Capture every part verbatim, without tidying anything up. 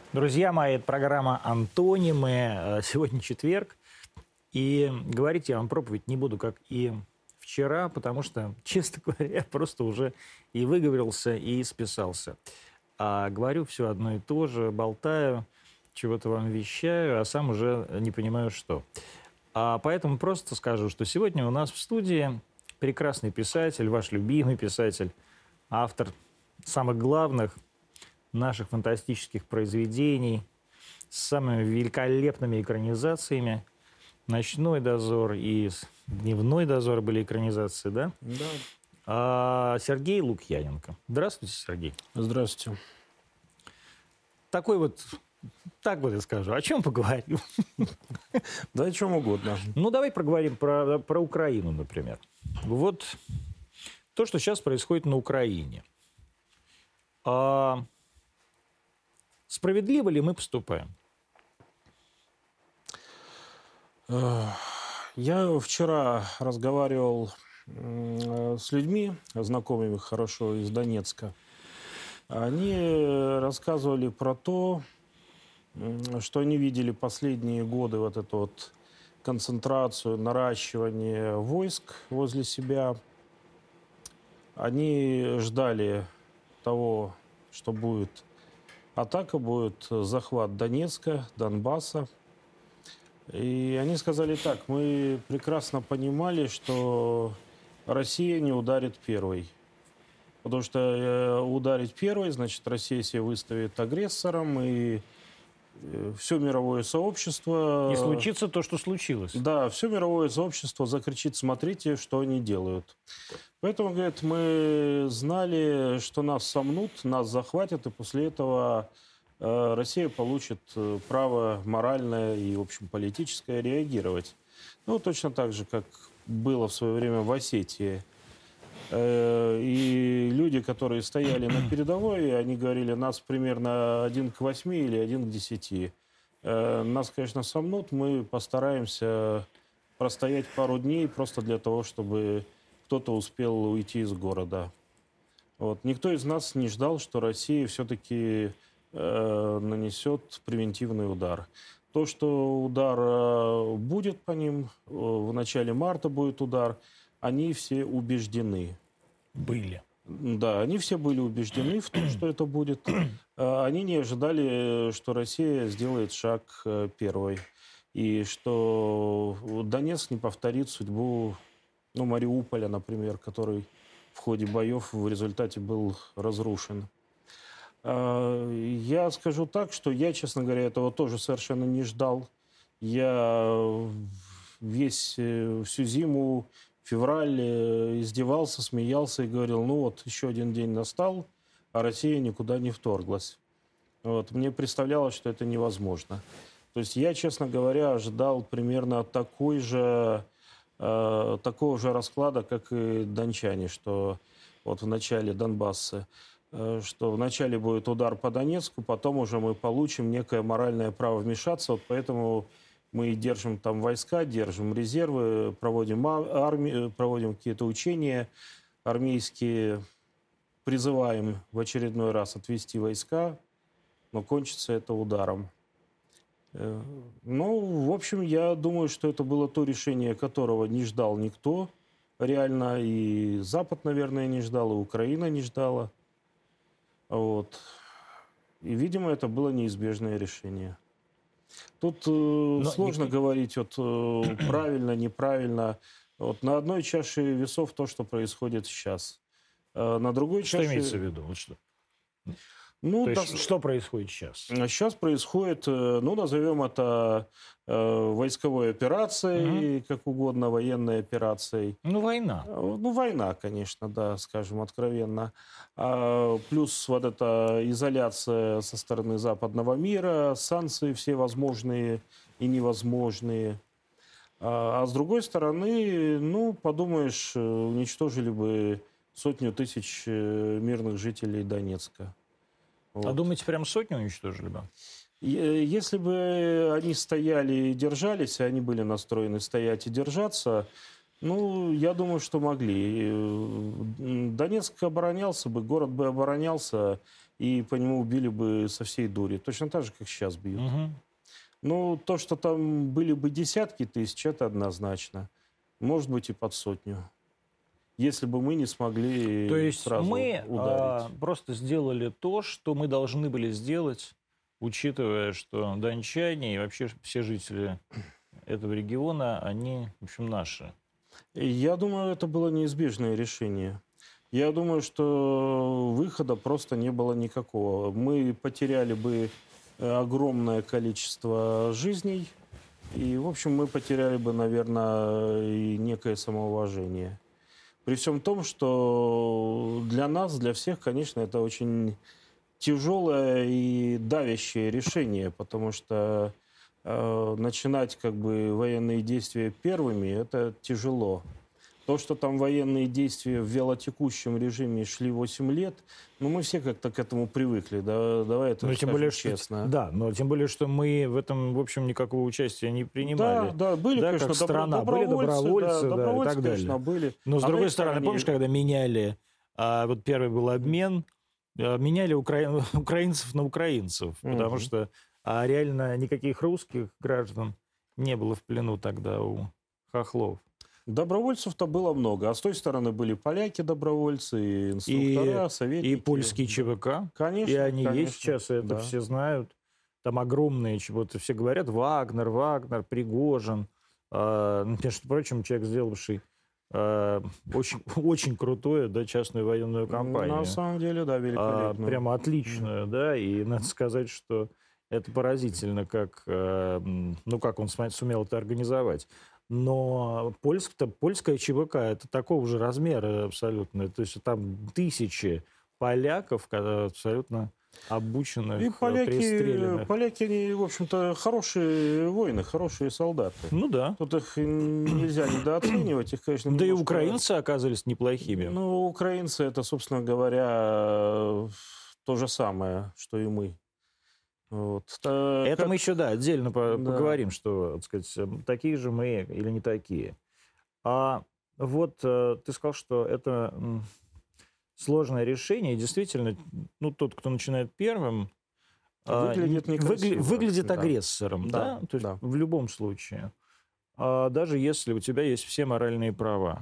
Друзья мои, это программа «Антонимы». Сегодня четверг, и говорить я вам проповедь не буду, как и вчера, потому что, честно говоря, я просто уже и выговорился, и списался. А говорю все одно и то же, болтаю, чего-то вам вещаю, а сам уже не понимаю, что. А поэтому просто скажу, что сегодня у нас в студии прекрасный писатель, ваш любимый писатель, автор самых главных наших фантастических произведений с самыми великолепными экранизациями. «Ночной дозор» и «Дневной дозор» были экранизации, да? Да. А Сергей Лукьяненко. Здравствуйте, Сергей. Здравствуйте. Такой вот, так вот я скажу, о чем поговорим? Да о чем угодно. Ну, давай проговорим про, про Украину, например. Вот то, что сейчас происходит на Украине. А справедливо ли мы поступаем? Я вчера разговаривал с людьми, знакомыми хорошо из Донецка. Они рассказывали про то, что они видели последние годы вот эту вот концентрацию, наращивание войск возле себя. Они ждали того, что будет атака, будет захват Донецка, Донбасса. И они сказали так: мы прекрасно понимали, что Россия не ударит первой. Потому что ударить первой, значит, Россия себя выставит агрессором, и все мировое сообщество... И случится то, что случилось. Да, все мировое сообщество закричит: смотрите, что они делают. Поэтому, говорят, мы знали, что нас сомнут, нас захватят, и после этого Россия получит право моральное и, в общем, политическое реагировать. Ну, точно так же, как было в свое время в Осетии. И люди, которые стояли на передовой, они говорили: нас примерно один к восьми или один к десяти. Нас, конечно, сомнут, мы постараемся простоять пару дней просто для того, чтобы кто-то успел уйти из города. Вот. Никто из нас не ждал, что Россия все-таки э, нанесет превентивный удар. То, что удар э, будет по ним, э, в начале марта будет удар, они все убеждены. Были. Да, они все были убеждены в том, что это будет. Они не ожидали, что Россия сделает шаг первой. И что Донецк не повторит судьбу, ну, Мариуполя, например, который в ходе боев в результате был разрушен. Я скажу так, что я, честно говоря, этого тоже совершенно не ждал. Я весь, всю зиму, февраль издевался, смеялся и говорил: ну вот, еще один день настал, а Россия никуда не вторглась. Вот. Мне представлялось, что это невозможно. То есть я, честно говоря, ожидал примерно такой же, э, такого же расклада, как и дончане, что вот в начале Донбасса, э, что вначале будет удар по Донецку, потом уже мы получим некое моральное право вмешаться, вот поэтому мы держим там войска, держим резервы, проводим армию, проводим какие-то учения армейские, призываем в очередной раз отвести войска, но кончится это ударом. Ну, в общем, я думаю, что это было то решение, которого не ждал никто реально. И Запад, наверное, не ждал, и Украина не ждала. Вот. И, видимо, это было неизбежное решение. Тут э, сложно никто... говорить, вот, э, правильно, неправильно. Вот на одной чаше весов то, что происходит сейчас. А на другой что чаше... Что имеется в виду? Вот что? Ну, То да, есть, что происходит сейчас? Сейчас происходит, ну, назовем это э, войсковой операцией, угу. как угодно, военной операцией. Ну, война. Ну, война, конечно, да, скажем откровенно. А, плюс вот эта изоляция со стороны западного мира, санкции все возможные и невозможные. А, а с другой стороны, ну, подумаешь, уничтожили бы сотню тысяч мирных жителей Донецка. Вот. А думаете, прям сотню уничтожили бы? Если бы они стояли и держались, и они были настроены стоять и держаться, ну, я думаю, что могли. Донецк оборонялся бы, город бы оборонялся, и по нему убили бы со всей дури. Точно так же, как сейчас бьют. Угу. Ну, то, что там были бы десятки тысяч, это однозначно. Может быть, и под сотню. Если бы мы не смогли То есть сразу мы ударить. а, просто сделали то, что мы должны были сделать, учитывая, что дончане и вообще все жители этого региона, они, в общем, наши. Я думаю, это было неизбежное решение. Я думаю, что выхода просто не было никакого. Мы потеряли бы огромное количество жизней, и, в общем, мы потеряли бы, наверное, и некое самоуважение. При всем том, что для нас, для всех, конечно, это очень тяжелое и давящее решение, потому что э, начинать как бы военные действия первыми, это тяжело. То, что там военные действия в вялотекущем режиме шли восемь лет, ну, мы все как-то к этому привыкли, да, давай это Но скажем тем более, честно. Что, да, но тем более, что мы в этом, в общем, никакого участия не принимали. Да, да, были, да, конечно, как страна, добровольцы, были добровольцы, да, да, добровольцы, и так конечно, далее. были. Но с А другой на стороны, стороне... помнишь, когда меняли, а, вот первый был обмен, а, меняли укра... украинцев на украинцев, угу. Потому что а реально никаких русских граждан не было в плену тогда у хохлов. Добровольцев-то было много. А с той стороны были поляки-добровольцы, и инструктора, и, советники. И польские ЧВК. Конечно, и они конечно, есть сейчас, и это да. все знают. Там огромные, вот все говорят, Вагнер, Вагнер, Пригожин. Э, между прочим, человек, сделавший э, очень, очень крутое, да, частную военную компанию. На самом деле, да, великолепно. Э, прямо отличную, mm. да, и надо сказать, что это поразительно, как, э, ну, как он сумел это организовать. Но польск, польская ЧВК это такого же размера абсолютно. То есть там тысячи поляков, абсолютно обученных, и поляки, пристреленных. Поляки, они, в общем-то, хорошие воины, хорошие солдаты. Ну да. Тут их нельзя недооценивать. Их, конечно, да немножко... и украинцы оказались неплохими. Ну, украинцы, это, собственно говоря, то же самое, что и мы. Вот. Это как... мы еще, да, отдельно да. поговорим, что, так сказать, такие же мы или не такие. А вот ты сказал, что это сложное решение. И действительно, ну, тот, кто начинает первым, выглядит, выгля... выглядит да. агрессором, да? да? То есть да. в любом случае. А даже если у тебя есть все моральные права.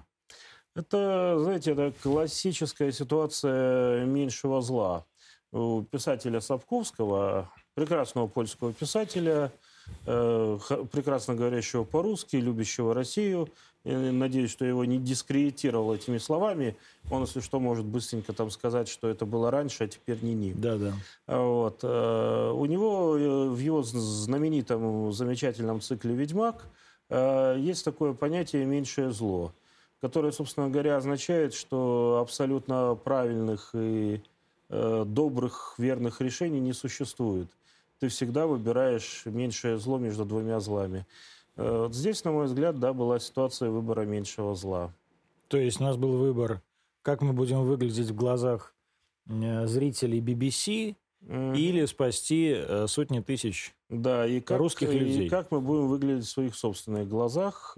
Это, знаете, это классическая ситуация меньшего зла. У писателя Сапковского, прекрасного польского писателя, э, прекрасно говорящего по-русски, любящего Россию. Я надеюсь, что его не дискредитировал этими словами. Он, если что, может быстренько там сказать, что это было раньше, а теперь не ни. Да, да. Вот. Э, у него в его знаменитом, замечательном цикле «Ведьмак» э, есть такое понятие «меньшее зло», которое, собственно говоря, означает, что абсолютно правильных и добрых, верных решений не существует. Ты всегда выбираешь меньшее зло между двумя злами. Вот здесь, на мой взгляд, да, была ситуация выбора меньшего зла. То есть у нас был выбор, как мы будем выглядеть в глазах зрителей би би си mm-hmm. или спасти сотни тысяч да, и как, русских людей. И как мы будем выглядеть в своих собственных глазах,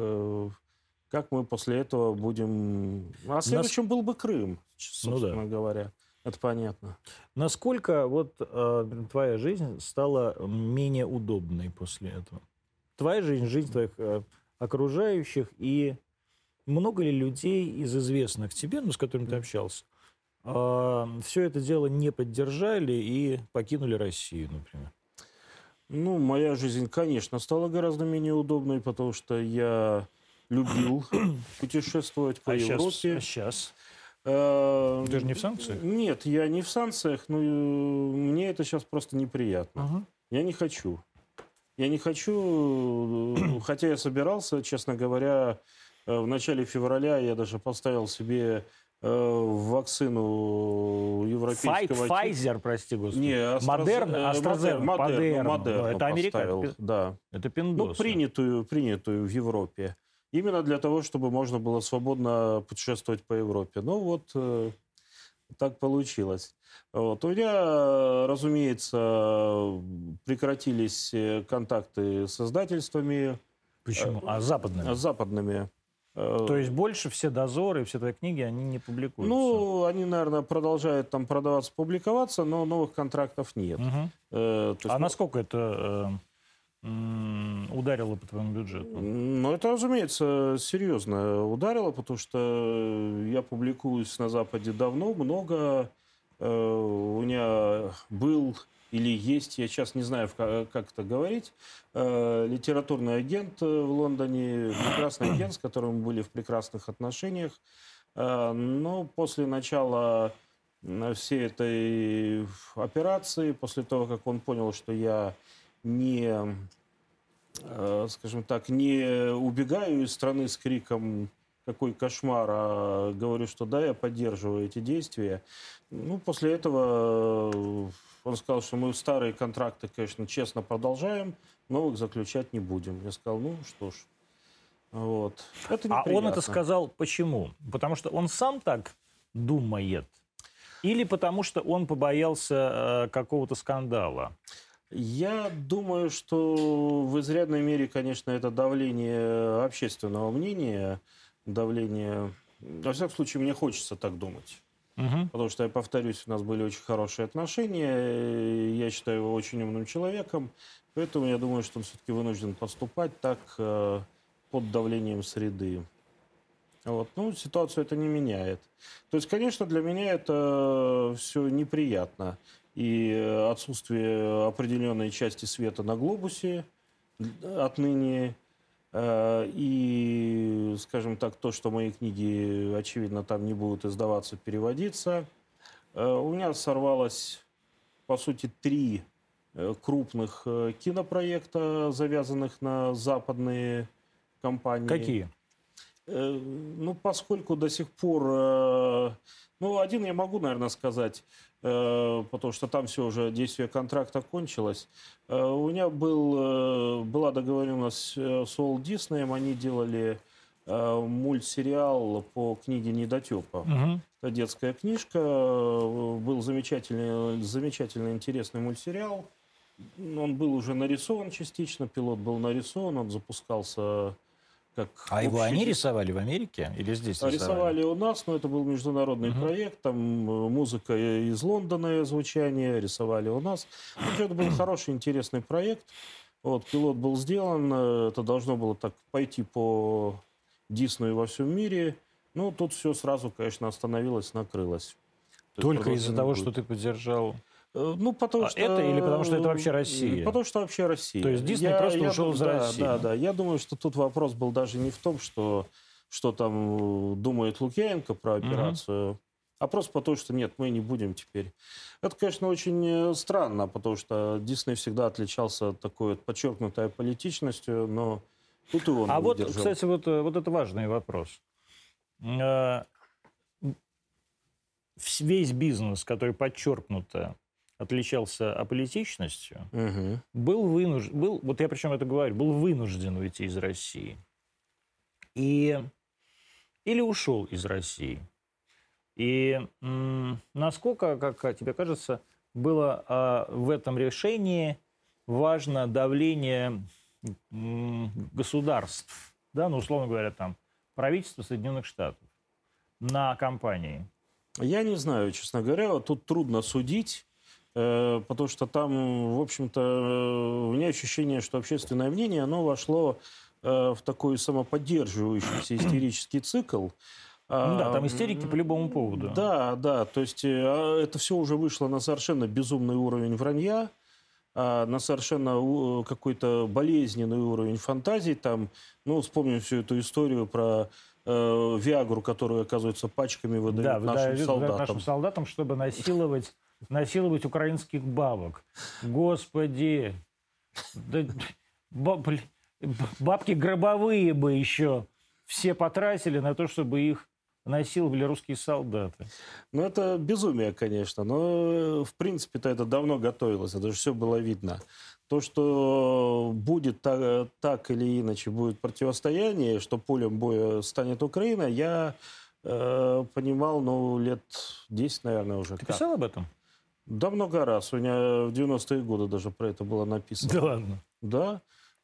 как мы после этого будем... А следующим нас... был бы Крым, собственно ну, да. говоря. Это понятно. Насколько вот э, твоя жизнь стала менее удобной после этого? Твоя жизнь, жизнь твоих э, окружающих, и много ли людей из известных тебе, ну, с которыми ты общался, э, все это дело не поддержали и покинули Россию, например? Ну, моя жизнь, конечно, стала гораздо менее удобной, потому что я любил путешествовать по а Европе. Сейчас, а сейчас? Ты же не в санкциях? Нет, я не в санкциях, но мне это сейчас просто неприятно. Ага. Я не хочу. Я не хочу, хотя я собирался, честно говоря, в начале февраля я даже поставил себе вакцину европейского... Pfizer, прости господи. Не, Астраз... Модерн, Астразен... Модерн, Модерн, это американцы. Да. Это пиндосы. Ну, принятую, принятую в Европе. Именно для того, чтобы можно было свободно путешествовать по Европе. Ну вот, э, так получилось. Вот. У меня, разумеется, прекратились контакты с издательствами. Почему? А западными? Западными. То есть больше все дозоры, все твои книги, они не публикуются? Ну, они, наверное, продолжают там продаваться, публиковаться, но новых контрактов нет. Угу. Э, то есть, а ну, насколько это э, м, ударило по твоему бюджету? Ну, это, разумеется, серьезно ударило, потому что я публикуюсь на Западе давно, много. Э, у меня был или есть, я сейчас не знаю, как это говорить, э, литературный агент в Лондоне, прекрасный агент, с которым мы были в прекрасных отношениях. Э, но после начала всей этой операции, после того, как он понял, что я не, э, скажем так, не убегаю из страны с криком «какой кошмар», а говорю, что да, я поддерживаю эти действия. Ну, после этого он сказал, что мы старые контракты, конечно, честно продолжаем, новых заключать не будем. Я сказал, ну что ж, вот. Это неприятно. А он это сказал почему? Потому что он сам так думает? Или потому что он побоялся э, какого-то скандала? Я думаю, что в изрядной мере, конечно, это давление общественного мнения, давление... Во всяком случае, мне хочется так думать. Угу. Потому что, я повторюсь, у нас были очень хорошие отношения, я считаю его очень умным человеком, поэтому я думаю, что он все-таки вынужден поступать так э, под давлением среды. Вот. Ну, ситуацию это не меняет. То есть, конечно, для меня это все неприятно. И отсутствие определенной части света на глобусе отныне, и, скажем так, то, что мои книги, очевидно, там не будут издаваться, переводиться. У меня сорвалось, по сути, три крупных кинопроекта, завязанных на западные компании. Какие? Ну, поскольку до сих пор... Ну, один я могу, наверное, сказать, потому что там все уже, действие контракта кончилось. У меня был, была договоренность с Уолт Диснеем, они делали мультсериал по книге «Недотепа». Угу. Это детская книжка, был замечательный, замечательный интересный мультсериал. Он был уже нарисован частично, пилот был нарисован, он запускался... Как а общий... его они рисовали в Америке или здесь рисовали? Рисовали у нас, но это был международный uh-huh. проект, там музыка из Лондона, звучание, рисовали у нас. Ну, это был хороший, интересный проект. Вот, пилот был сделан, это должно было так пойти по Диснею во всем мире. Ну, тут все сразу, конечно, остановилось, накрылось. Только из-за того, что ты поддержал... Ну, потому а что... Это или потому что это вообще Россия? Потому что вообще Россия. То есть Дисней я, просто я, ушел из да, России? Да, да. Я думаю, что тут вопрос был даже не в том, что, что там думает Лукьяненко про операцию, угу. а просто потому, что нет, мы не будем теперь. Это, конечно, очень странно, потому что Дисней всегда отличался такой вот подчеркнутой аполитичностью, но тут и он А выдержал. вот, кстати, вот, вот это важный вопрос. Весь бизнес, который подчеркнуто отличался аполитичностью, угу. был вынужден, был, вот я причем это говорю, был вынужден уйти из России. И, или ушел из России. И м, насколько, как тебе кажется, было а, в этом решении важно давление м, государств, да, ну, условно говоря, там, правительства Соединенных Штатов на компании? Я не знаю, честно говоря, вот тут трудно судить. Потому что там, в общем-то, у меня ощущение, что общественное мнение, оно вошло в такой самоподдерживающийся истерический цикл. Ну да, там истерики по любому поводу. Да, да, то есть это все уже вышло на совершенно безумный уровень вранья, на совершенно какой-то болезненный уровень фантазий. Там, ну, вспомним всю эту историю про э, Виагру, которую, оказывается, пачками выдают да, нашим выдают солдатам. нашим солдатам, чтобы насиловать... насиловать украинских бабок. Господи! Да, баб, бабки гробовые бы еще все потратили на то, чтобы их насиловали русские солдаты. Ну, это безумие, конечно. Но, в принципе-то, это давно готовилось. Это же все было видно. То, что будет так, так или иначе будет противостояние, что полем боя станет Украина, я э, понимал, ну, лет десять, наверное, уже. Ты писал об этом? Да, много раз. У меня в девяностые годы даже про это было написано. Да ладно? Да.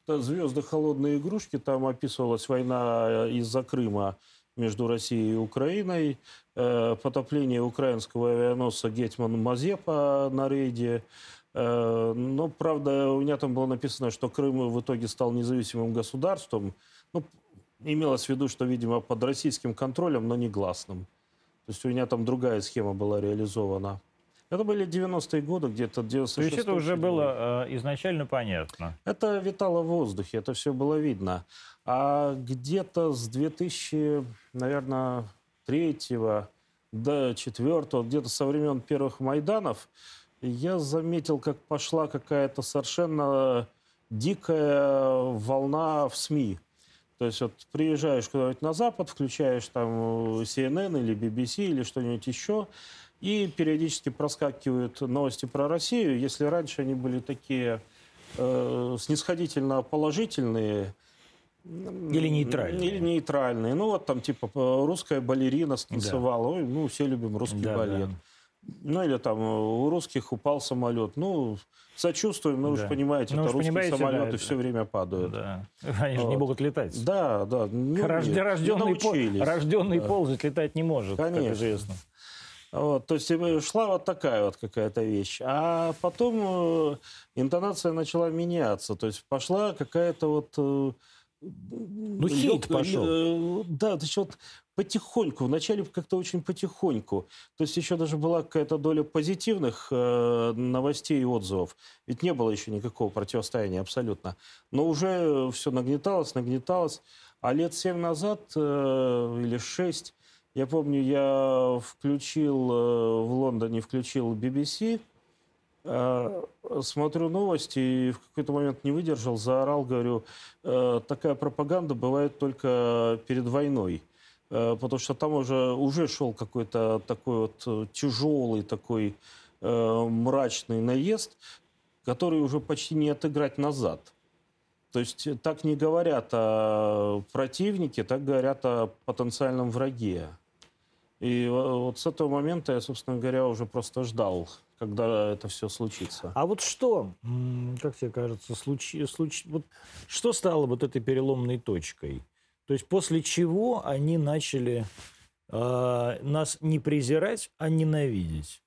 «Звезды, холодные игрушки». Там описывалась война из-за Крыма между Россией и Украиной, э, потопление украинского авианосца «Гетьман Мазепа» на рейде. Э, но, правда, у меня там было написано, что Крым в итоге стал независимым государством. Ну, имелось в виду, что, видимо, под российским контролем, но негласным. То есть у меня там другая схема была реализована. Это были девяностые годы, где-то девяносто шестой. То есть это уже было э, изначально понятно? Это витало в воздухе, это все было видно. А где-то с две тысячи, наверное, третьего до четвертого, где-то со времен первых Майданов, я заметил, как пошла какая-то совершенно дикая волна в СМИ. То есть вот приезжаешь куда-нибудь на Запад, включаешь там Си Эн Эн или Би Би Си или что-нибудь еще, и периодически проскакивают новости про Россию. Если раньше они были такие э, снисходительно положительные... Или нейтральные. Или нейтральные. Ну вот там типа русская балерина станцевала. Да. Ой, ну все любим русский да, балет. Да. Ну или там у русских упал самолет. Ну, сочувствуем, но да. Вы же понимаете, ну, это русские понимаете, самолеты да, все это... время падают. Да. Они вот. же не могут летать. Да, да. Не Рож... Рожденный, по... Рожденный да. ползать летать не может, конечно. Как известно. Вот, то есть шла вот такая вот какая-то вещь. А потом интонация начала меняться. То есть пошла какая-то вот... Ну, хейт пошел. Да, то есть вот потихоньку. Вначале как-то очень потихоньку. То есть еще даже была какая-то доля позитивных э, новостей и отзывов. Ведь не было еще никакого противостояния абсолютно. Но уже все нагнеталось, нагнеталось. А лет семь назад э, или шесть, я помню, я включил э, в Лондоне, включил Би Би Си, э, смотрю новости и в какой-то момент не выдержал, заорал, говорю, э, такая пропаганда бывает только перед войной. Потому что там уже, уже шел какой-то такой вот тяжелый, такой э, мрачный наезд, который уже почти не отыграть назад. То есть так не говорят о противнике, так говорят о потенциальном враге. И вот с этого момента я, собственно говоря, уже просто ждал, когда это все случится. А вот что, как тебе кажется, случи, случи, вот что стало вот этой переломной точкой? То есть после чего они начали э, нас не презирать, а ненавидеть.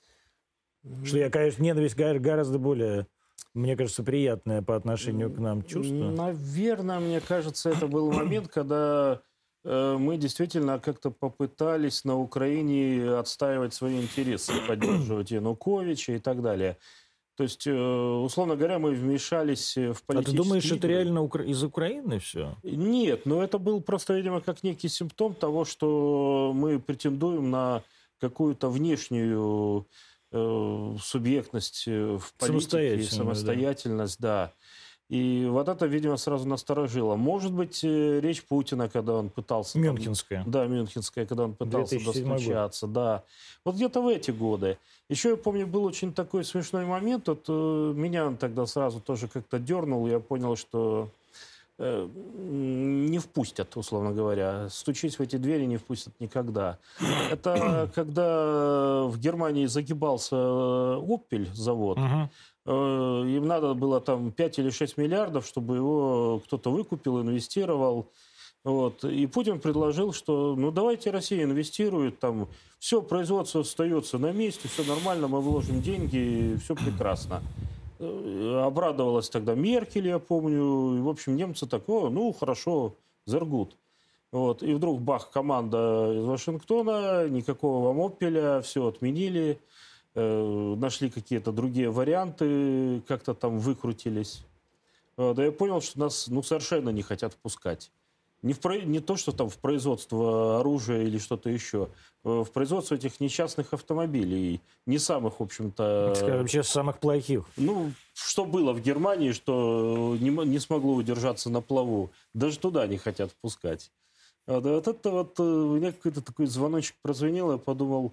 Что я, конечно, ненависть гораздо более, мне кажется, приятная по отношению к нам чувство. Наверное, мне кажется, это был момент, когда э, мы действительно как-то попытались на Украине отстаивать свои интересы, поддерживать Януковича и так далее. То есть, условно говоря, мы вмешались в политические... А ты думаешь, игры. Это реально укра... из Украины все? Нет, но это был просто, видимо, как некий симптом того, что мы претендуем на какую-то внешнюю э, субъектность в политике, самостоятельность, да. да. И вот это, видимо, сразу насторожило. Может быть, речь Путина, когда он пытался... Мюнхенская. Там, да, Мюнхенская, когда он пытался достучаться, да. Вот где-то в эти годы. Еще, я помню, был очень такой смешной момент. Вот, э, меня он тогда сразу тоже как-то дернул. Я понял, что э, не впустят, условно говоря. Стучись в эти двери не впустят никогда. Это когда в Германии загибался «Опель» завод. Uh-huh. Им надо было там пять или шесть миллиардов, чтобы его кто-то выкупил, инвестировал. Вот. И Путин предложил, что ну давайте Россия инвестирует, там все, производство остается на месте, все нормально, мы вложим деньги, все прекрасно. Обрадовалась тогда Меркель, я помню. И, в общем, немцы такое, ну хорошо, зергут. Вот. И вдруг бах, команда из Вашингтона, никакого вам «Опеля», все отменили. Нашли какие-то другие варианты, как-то там выкрутились. Да я понял, что нас ну, совершенно не хотят впускать. Не, в, не то, что там в производство оружия или что-то еще. В производство этих несчастных автомобилей. Не самых, в общем-то... Вообще самых плохих. Ну, что было в Германии, что не, не смогло удержаться на плаву. Даже туда не хотят впускать. Вот это вот у меня какой-то такой звоночек прозвенел, я подумал...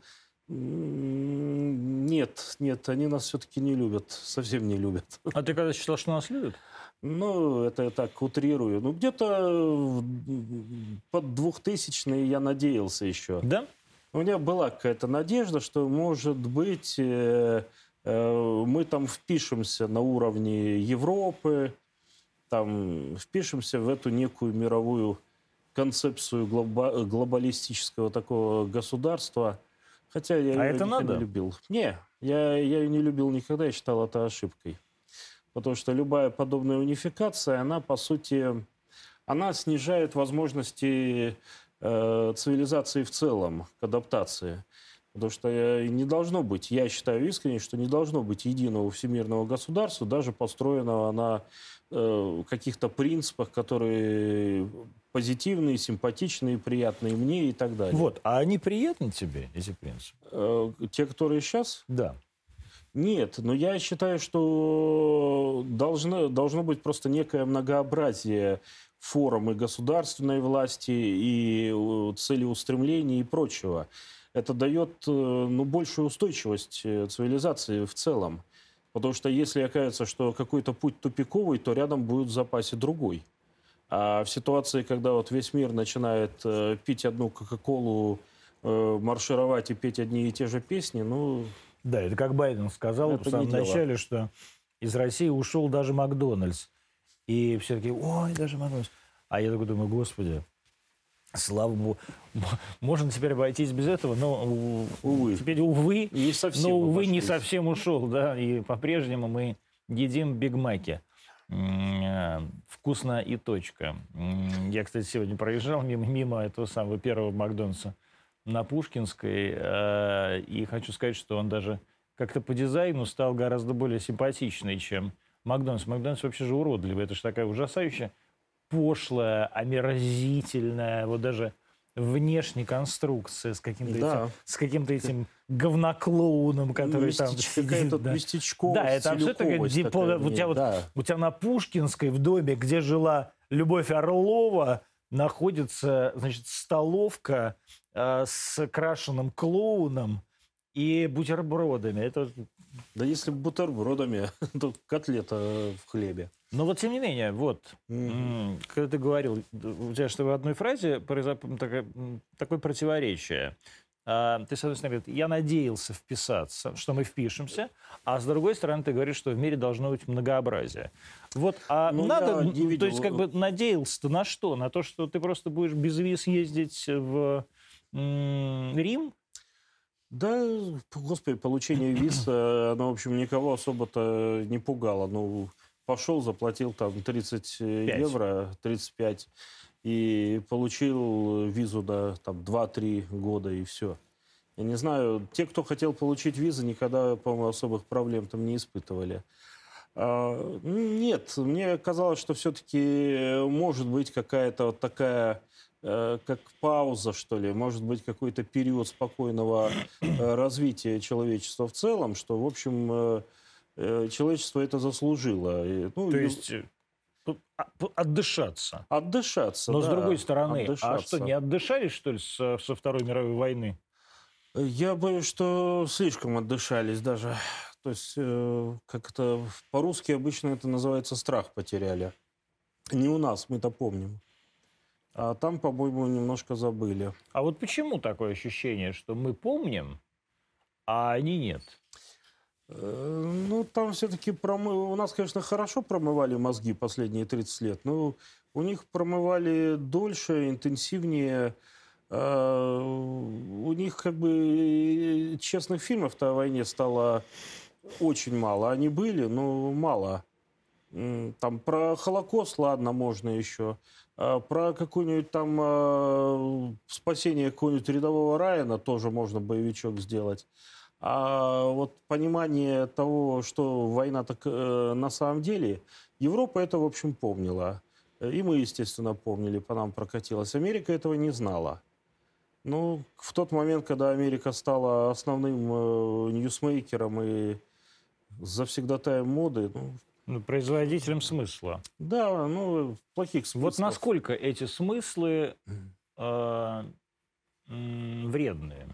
Нет, нет, они нас все-таки не любят, совсем не любят. А ты когда считал, что нас любят? Ну, это я так утрирую. Ну, где-то под двухтысячные я надеялся еще. Да? У меня была какая-то надежда, что, может быть, э, э, мы там впишемся на уровне Европы, там впишемся в эту некую мировую концепцию глоба- глобалистического такого государства. Хотя я А ее это никогда надо? не любил. Не, я, я ее не любил никогда, я считал это ошибкой. Потому что любая подобная унификация, она, по сути, она снижает возможности э, цивилизации в целом к адаптации. Потому что э, не должно быть, я считаю искренне, что не должно быть единого всемирного государства, даже построенного на э, каких-то принципах, которые позитивные, симпатичные, приятные мне и так далее. Вот, а они приятны тебе, эти принципы? Э, те, которые сейчас? Да. Нет, но я считаю, что должно, должно быть просто некое многообразие форм и государственной власти, и э, целеустремлений и прочего. Это дает э, ну, большую устойчивость э, цивилизации в целом. Потому что если окажется, что какой-то путь тупиковый, то рядом будет в запасе другой. А в ситуации, когда вот весь мир начинает э, пить одну Кока-Колу, э, маршировать и петь одни и те же песни, ну... Да, это как Байден сказал Это в самом не дело. начале, что из России ушел даже Макдональдс. И все таки ой, даже Макдональдс. А я такой думаю, господи, слава богу, можно теперь обойтись без этого, но у- Увы. теперь, увы, Не совсем но, увы, не обошлись. совсем ушел, да, и по-прежнему мы едим бигмаки. М, э, Вкусно и точка. М, Я, кстати, сегодня проезжал мимо, мимо этого самого первого Макдональдса на Пушкинской, э, и хочу сказать, что он даже как-то по дизайну стал гораздо более симпатичный, чем Макдональдс. Макдональдс вообще же уродливый, это же такая ужасающая, пошлая, омерзительная, вот даже внешняя конструкция с каким-то Да. этим, с каким-то этим говноклоуном, который там Местеч- сидит. Какая-то да. местечковость, Да, это абсолютно такая целюковость дипо- такая, у тебя нет, вот- да. У тебя на Пушкинской, в доме, где жила Любовь Орлова, находится, значит, столовка э, с крашеным клоуном и бутербродами. Это... Да если бутербродами, то котлета в хлебе. Но вот тем не менее, вот, Мгм. м, когда ты говорил, у тебя что в одной фразе произошло такое, м, такое противоречие. А, Ты, с одной стороны, говоришь, я надеялся вписаться, что мы впишемся, а с другой стороны, ты говоришь, что в мире должно быть многообразие. Вот, а Ну, надо, я не м, видел. то есть, как бы надеялся-то на что? На то, что ты просто будешь без виз ездить в м, Рим? Да, господи, получение виз, э, оно, в общем, никого особо-то не пугало. Ну, пошел, заплатил там тридцать Пять. евро, тридцать пять, и получил визу на там два-три года, и все. Я не знаю, те, кто хотел получить визы, никогда, по-моему, особых проблем там не испытывали. А, Нет, мне казалось, что все-таки может быть какая-то вот такая, э, как пауза, что ли, может быть какой-то период спокойного э, развития человечества в целом, что, в общем, э, э, человечество это заслужило. И, ну, То и есть э, тут а- п- отдышаться. отдышаться, Но с да, другой стороны, а отдышаться. что, не отдышались, что ли, со, со Второй мировой войны? Я боюсь, что слишком отдышались даже. То есть, э, как-то по-русски обычно это называется страх потеряли. Не у нас, мы-то помним. А там, по-моему, немножко забыли. А вот почему такое ощущение, что мы помним, а они нет? Э, Ну, там все-таки промы... у нас, конечно, хорошо промывали мозги последние тридцать лет, но у них промывали дольше, интенсивнее. Э, У них как бы честных фильмов-то о войне стало очень мало. Они были, но мало. М, Там про Холокост, ладно, можно еще. А про какое-нибудь там э, спасение какого-нибудь рядового Райана тоже можно боевичок сделать. А вот понимание того, что война так э, на самом деле, Европа это, в общем, помнила. И мы, естественно, помнили, по нам прокатилось. Америка этого не знала. Ну, в тот момент, когда Америка стала основным э, ньюсмейкером и завсегдатаем моды, ну, Ну, производителем смысла. да, ну, плохих смыслов. Вот насколько эти смыслы э, м, вредные?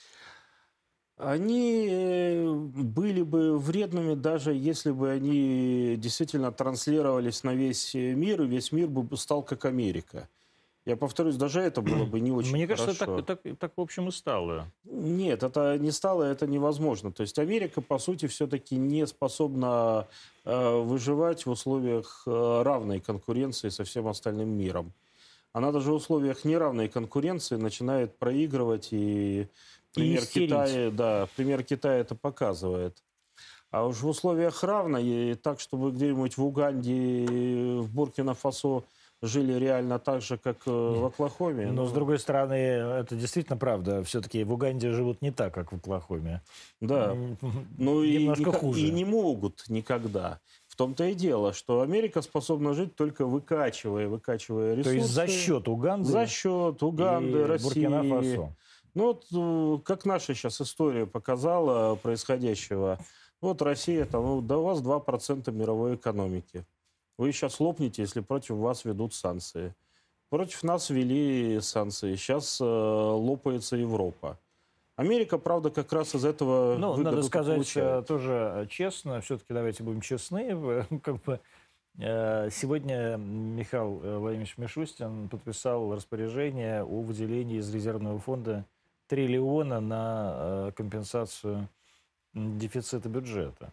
Они э, были бы вредными, даже если бы они действительно транслировались на весь мир, и весь мир бы стал как Америка. Я повторюсь, даже это было бы не очень Мне кажется, хорошо. так, так, так, в общем, и стало. Нет, это не стало, это невозможно. То есть Америка, по сути, все-таки не способна э, выживать в условиях э, равной конкуренции со всем остальным миром. Она даже в условиях неравной конкуренции начинает проигрывать, и пример Китая, да, пример Китая это показывает. А уж в условиях равной, и так, чтобы где-нибудь в Уганде, в Буркина-Фасо жили реально так же, как в Оклахоме. Но, ну, с другой стороны, это действительно правда. Все-таки в Уганде живут не так, как в Оклахоме. Да. Ну и, Немножко не, хуже. И не могут никогда. В том-то и дело, что Америка способна жить только выкачивая, выкачивая ресурсы. То есть за счет Уганды? За счет Уганды, России. Буркина-Фасо. Ну вот, как наша сейчас история показала происходящего. Вот Россия, там, ну, да у вас два процента мировой экономики. Вы сейчас лопнете, если против вас ведут санкции. Против нас ввели санкции. Сейчас э, лопается Европа. Америка, правда, как раз из этого Ну, выгоду надо сказать получает. тоже честно, все-таки давайте будем честны. Как бы, э, сегодня Михаил Владимирович Мишустин подписал распоряжение о выделении из резервного фонда триллиона на э, компенсацию дефицита бюджета.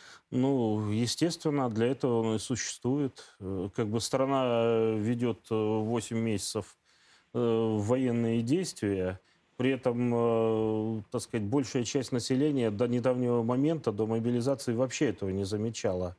Ну, естественно, для этого он и существует. Как бы страна ведет восемь месяцев военные действия, при этом, так сказать, большая часть населения до недавнего момента, до мобилизации, вообще этого не замечала.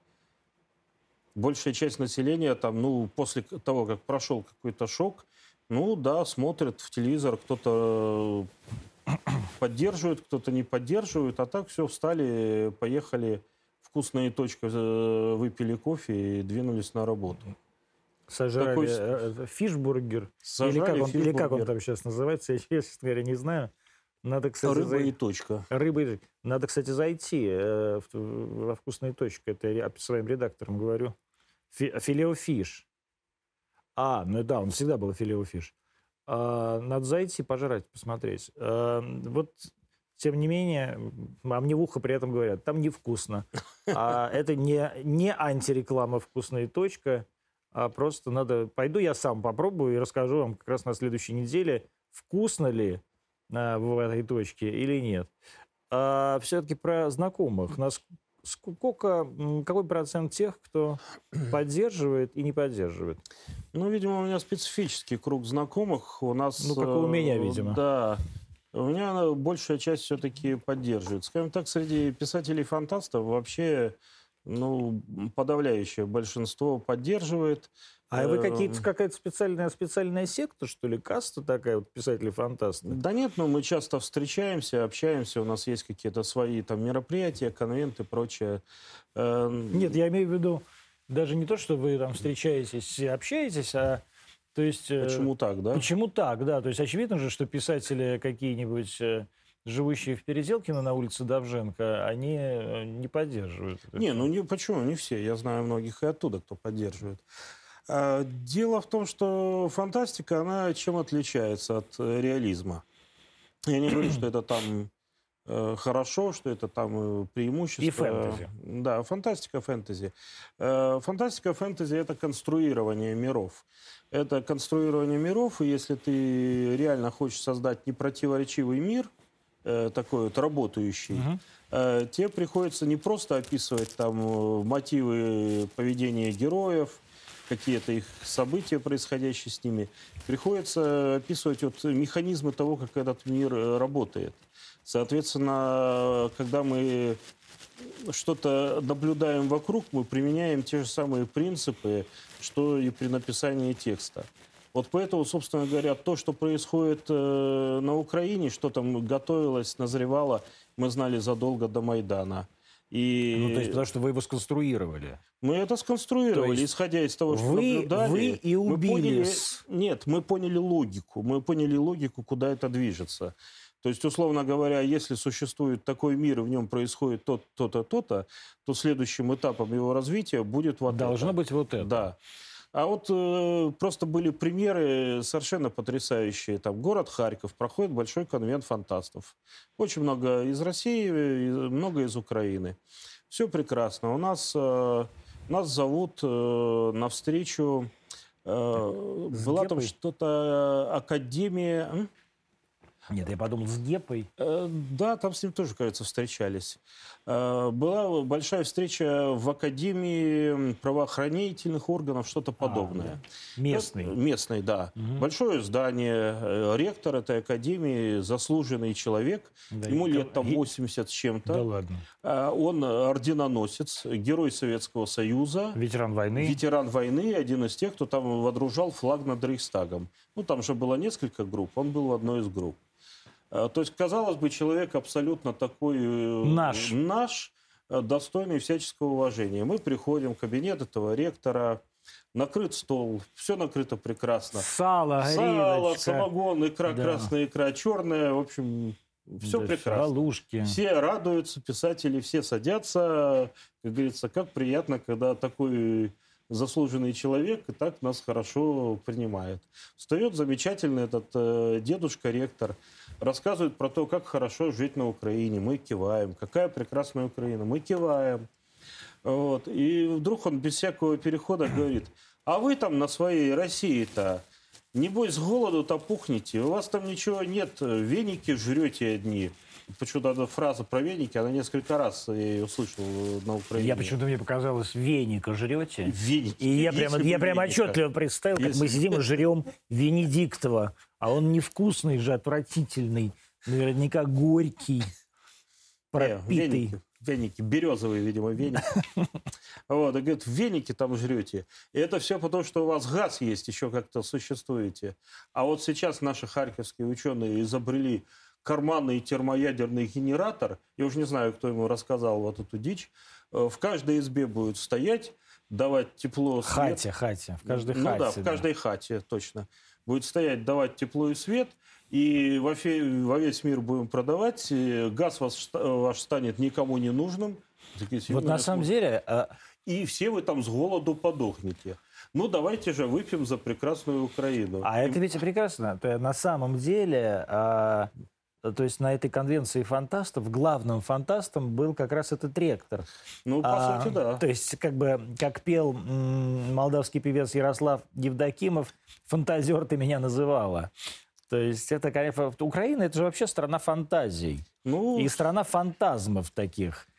Большая часть населения, там, ну, после того, как прошел какой-то шок, ну, да, смотрят в телевизор, кто-то поддерживает, кто-то не поддерживает, а так все, встали, поехали, вкусные точки выпили кофе и двинулись на работу. Сожрали Такой... фишбургер. Сожрали или, как он, фишбургер. или как он там сейчас называется, я, честно говоря, не знаю. Надо, кстати, Рыба зай... и точка. Рыба и... Надо, кстати, зайти э, в, во вкусную точку. Это я своим редактором говорю. Фи... Филеофиш. А, ну да, он всегда был филеофиш. А, надо зайти, пожрать, посмотреть. А, вот, тем не менее, а мне в ухо при этом говорят, там невкусно. А это не, не антиреклама «Вкусная точка», а просто надо... Пойду я сам попробую и расскажу вам как раз на следующей неделе, вкусно ли а, в этой точке или нет. А все-таки про знакомых. Нас сколько, какой процент тех, кто поддерживает и не поддерживает? Ну, видимо, у меня специфический круг знакомых. У нас... Ну, как и у меня, видимо. Да. У меня большая часть все-таки поддерживает. Скажем так, среди писателей-фантастов вообще, ну, подавляющее большинство поддерживает. А вы какие-то, какая-то специальная, специальная секта, что ли, каста такая, вот писатели-фантасты? Да нет, но мы часто встречаемся, общаемся, у нас есть какие-то свои там мероприятия, конвенты и прочее. Нет, я имею в виду даже не то, что вы там встречаетесь и общаетесь, а то есть... Почему так, да? Почему так, да. То есть очевидно же, что писатели какие-нибудь, живущие в Переделкино на улице Довженко, они не поддерживают. Не, ну не, почему? Не все. Я знаю многих и оттуда, кто поддерживает. Дело в том, что фантастика, она чем отличается от реализма? Я не говорю, что это там э, хорошо, что это там преимущество. И фэнтези. Да, фантастика, фэнтези. Э, фантастика, фэнтези – это конструирование миров. Это конструирование миров, и если ты реально хочешь создать непротиворечивый мир, э, такой вот работающий, Угу. э, тебе приходится не просто описывать там мотивы поведения героев, какие-то их события, происходящие с ними. Приходится описывать вот механизмы того, как этот мир работает. Соответственно, когда мы что-то наблюдаем вокруг, мы применяем те же самые принципы, что и при написании текста. Вот поэтому, собственно говоря, то, что происходит на Украине, что там готовилось, назревало, мы знали задолго до Майдана. И... Ну, то есть, потому что вы его сконструировали. Мы это сконструировали, есть исходя из того, что вы, наблюдали. Вы и убили... Мы поняли... Нет, мы поняли логику. Мы поняли логику, куда это движется. То есть, условно говоря, если существует такой мир, и в нем происходит то- то-то, то-то, то следующим этапом его развития будет вот Должно это. быть вот это. Да. А вот э, просто были примеры совершенно потрясающие. Там город Харьков, проходит большой конвент фантастов. Очень много из России, много из Украины. Все прекрасно. У нас, э, нас зовут э, навстречу Э, С была там Гепой? что-то академия... м? Нет, я подумал, с Гепой. Э, Да, там с ним тоже, кажется, встречались. Э, Была большая встреча в Академии правоохранительных органов, что-то подобное. А, да. Местный. Это местный, да. Мгм. Большое здание. Э, Ректор этой академии, заслуженный человек. Да, Ему и- лет там и- восемьдесят с чем-то. Да ладно. Э, Он орденоносец, герой Советского Союза. Ветеран войны. Ветеран войны, один из тех, кто там водружал флаг над Рейхстагом. Ну, там же было несколько групп, он был в одной из групп. Э, То есть, казалось бы, человек абсолютно такой э, Наш. наш, э, достойный всяческого уважения. Мы приходим в кабинет этого ректора, накрыт стол, все накрыто прекрасно. Сало, Сало, грилочка, самогон, икра Да. красная, икра черная. В общем, все да, прекрасно. галушки. Все радуются, писатели все садятся. Как говорится, как приятно, когда такой заслуженный человек и так нас хорошо принимает. Встает замечательный этот э, дедушка-ректор, рассказывает про то, как хорошо жить на Украине. Мы киваем. Какая прекрасная Украина. Мы киваем. Вот. И вдруг он без всякого перехода говорит: а вы там на своей России-то, небось, с голоду-то пухнете, у вас там ничего нет, веники жрете одни. Почему-то эта фраза про веники, она несколько раз я ее услышал на Украине. Я почему-то, мне показалось, веника жрете. Веники. И я Если прямо, бы я прямо веника. отчетливо представил, как Если- мы сидим и жрем Венедиктова. А он невкусный же, отвратительный. Наверняка горький, Не, пропитый. веники, веники, березовые, видимо, веники. Вот, и говорит, веники там жрете. И это все потому, что у вас газ есть, еще как-то существуете. А вот сейчас наши харьковские ученые изобрели карманный термоядерный генератор. Я уже не знаю, кто ему рассказал вот эту дичь. Э, В каждой избе будет стоять, давать тепло, свет. Хатя, хатя. В каждой Ну хате. да, в каждой хате, точно. Будет стоять, давать тепло и свет, и во, фе- во весь мир будем продавать. И газ ваш, ста- ваш станет никому не нужным. Такие Вот на сильные самом слова. деле, а, И все вы там с голоду подохнете. Ну, давайте же выпьем за прекрасную Украину. а это ведь и прекрасно. То есть на самом деле, а, то есть на этой конвенции фантастов главным фантастом был как раз этот ректор. Ну, по А, сути, да. То есть, как бы, как пел м, молдавский певец Ярослав Евдокимов, «Фантазер ты меня называла». То есть, это, конечно, Украина – это же вообще страна фантазий. Ну, И страна фантазмов таких.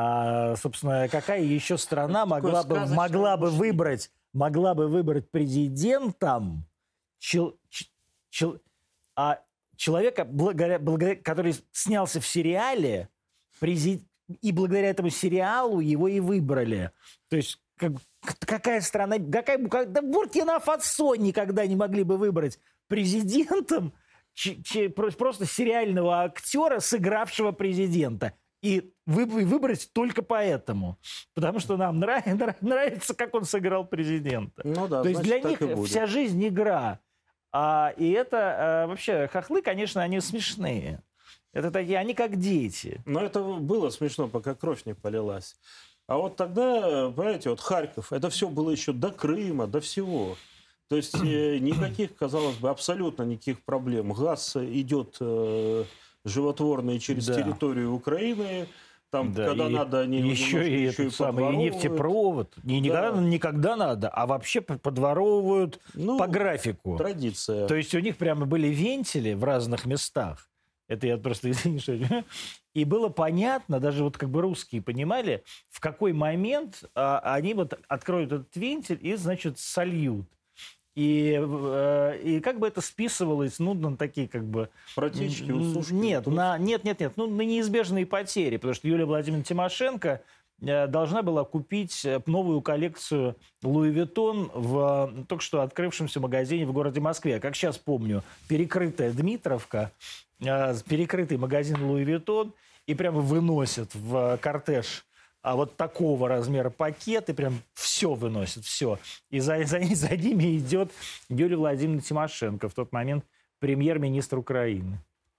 А, собственно, какая еще страна могла бы, сказочное могла бы мышление. выбрать, могла бы выбрать президентом чел- ч- чел- а, человека, благодаря, благодаря- который снялся в сериале, прези- и благодаря этому сериалу его и выбрали. То есть как- какая страна, какая, как- да Буркина-Фасо никогда не могли бы выбрать президентом ч- ч- про- просто сериального актера, сыгравшего президента. И вы- выбрать только поэтому. Потому что нам нрав- нрав- нравится, как он сыграл президента. ну да, То есть значит, для так и них будет. вся жизнь игра. А, и это а, вообще хохлы, конечно, они смешные. Это такие, они как дети. Но это было смешно, пока кровь не полилась. А вот тогда, понимаете, вот Харьков, это все было еще до Крыма, до всего. То есть э, никаких, казалось бы, абсолютно никаких проблем. Газ идет э, животворный через Да. территорию Украины. Там, Да, когда и надо, они еще немножко и, еще этот самый, и подворовывают. нефтепровод. Не никогда, Да. никогда надо, а вообще п- подворовывают Ну, по графику. традиция. То есть у них прямо были вентили в разных местах. Это я просто извини, что я- И было понятно, даже вот как бы русские понимали, в какой момент а, они вот откроют этот вентиль и, значит, сольют. И, э, и как бы это списывалось, ну, на такие как бы... Протечки, м, усушки. Нет, трус- на, нет, нет, нет, ну, на неизбежные потери, потому что Юлия Владимировна Тимошенко э, должна была купить э, новую коллекцию Луи Виттон в э, только что открывшемся магазине в городе Москве. Как сейчас помню, перекрытая Дмитровка, э, перекрытый магазин Луи Виттон, и прямо выносят в кортеж а вот такого размера пакет, и прям все выносит, все. И за, за, за ними идет Юлия Владимировна Тимошенко, в тот момент премьер-министр Украины.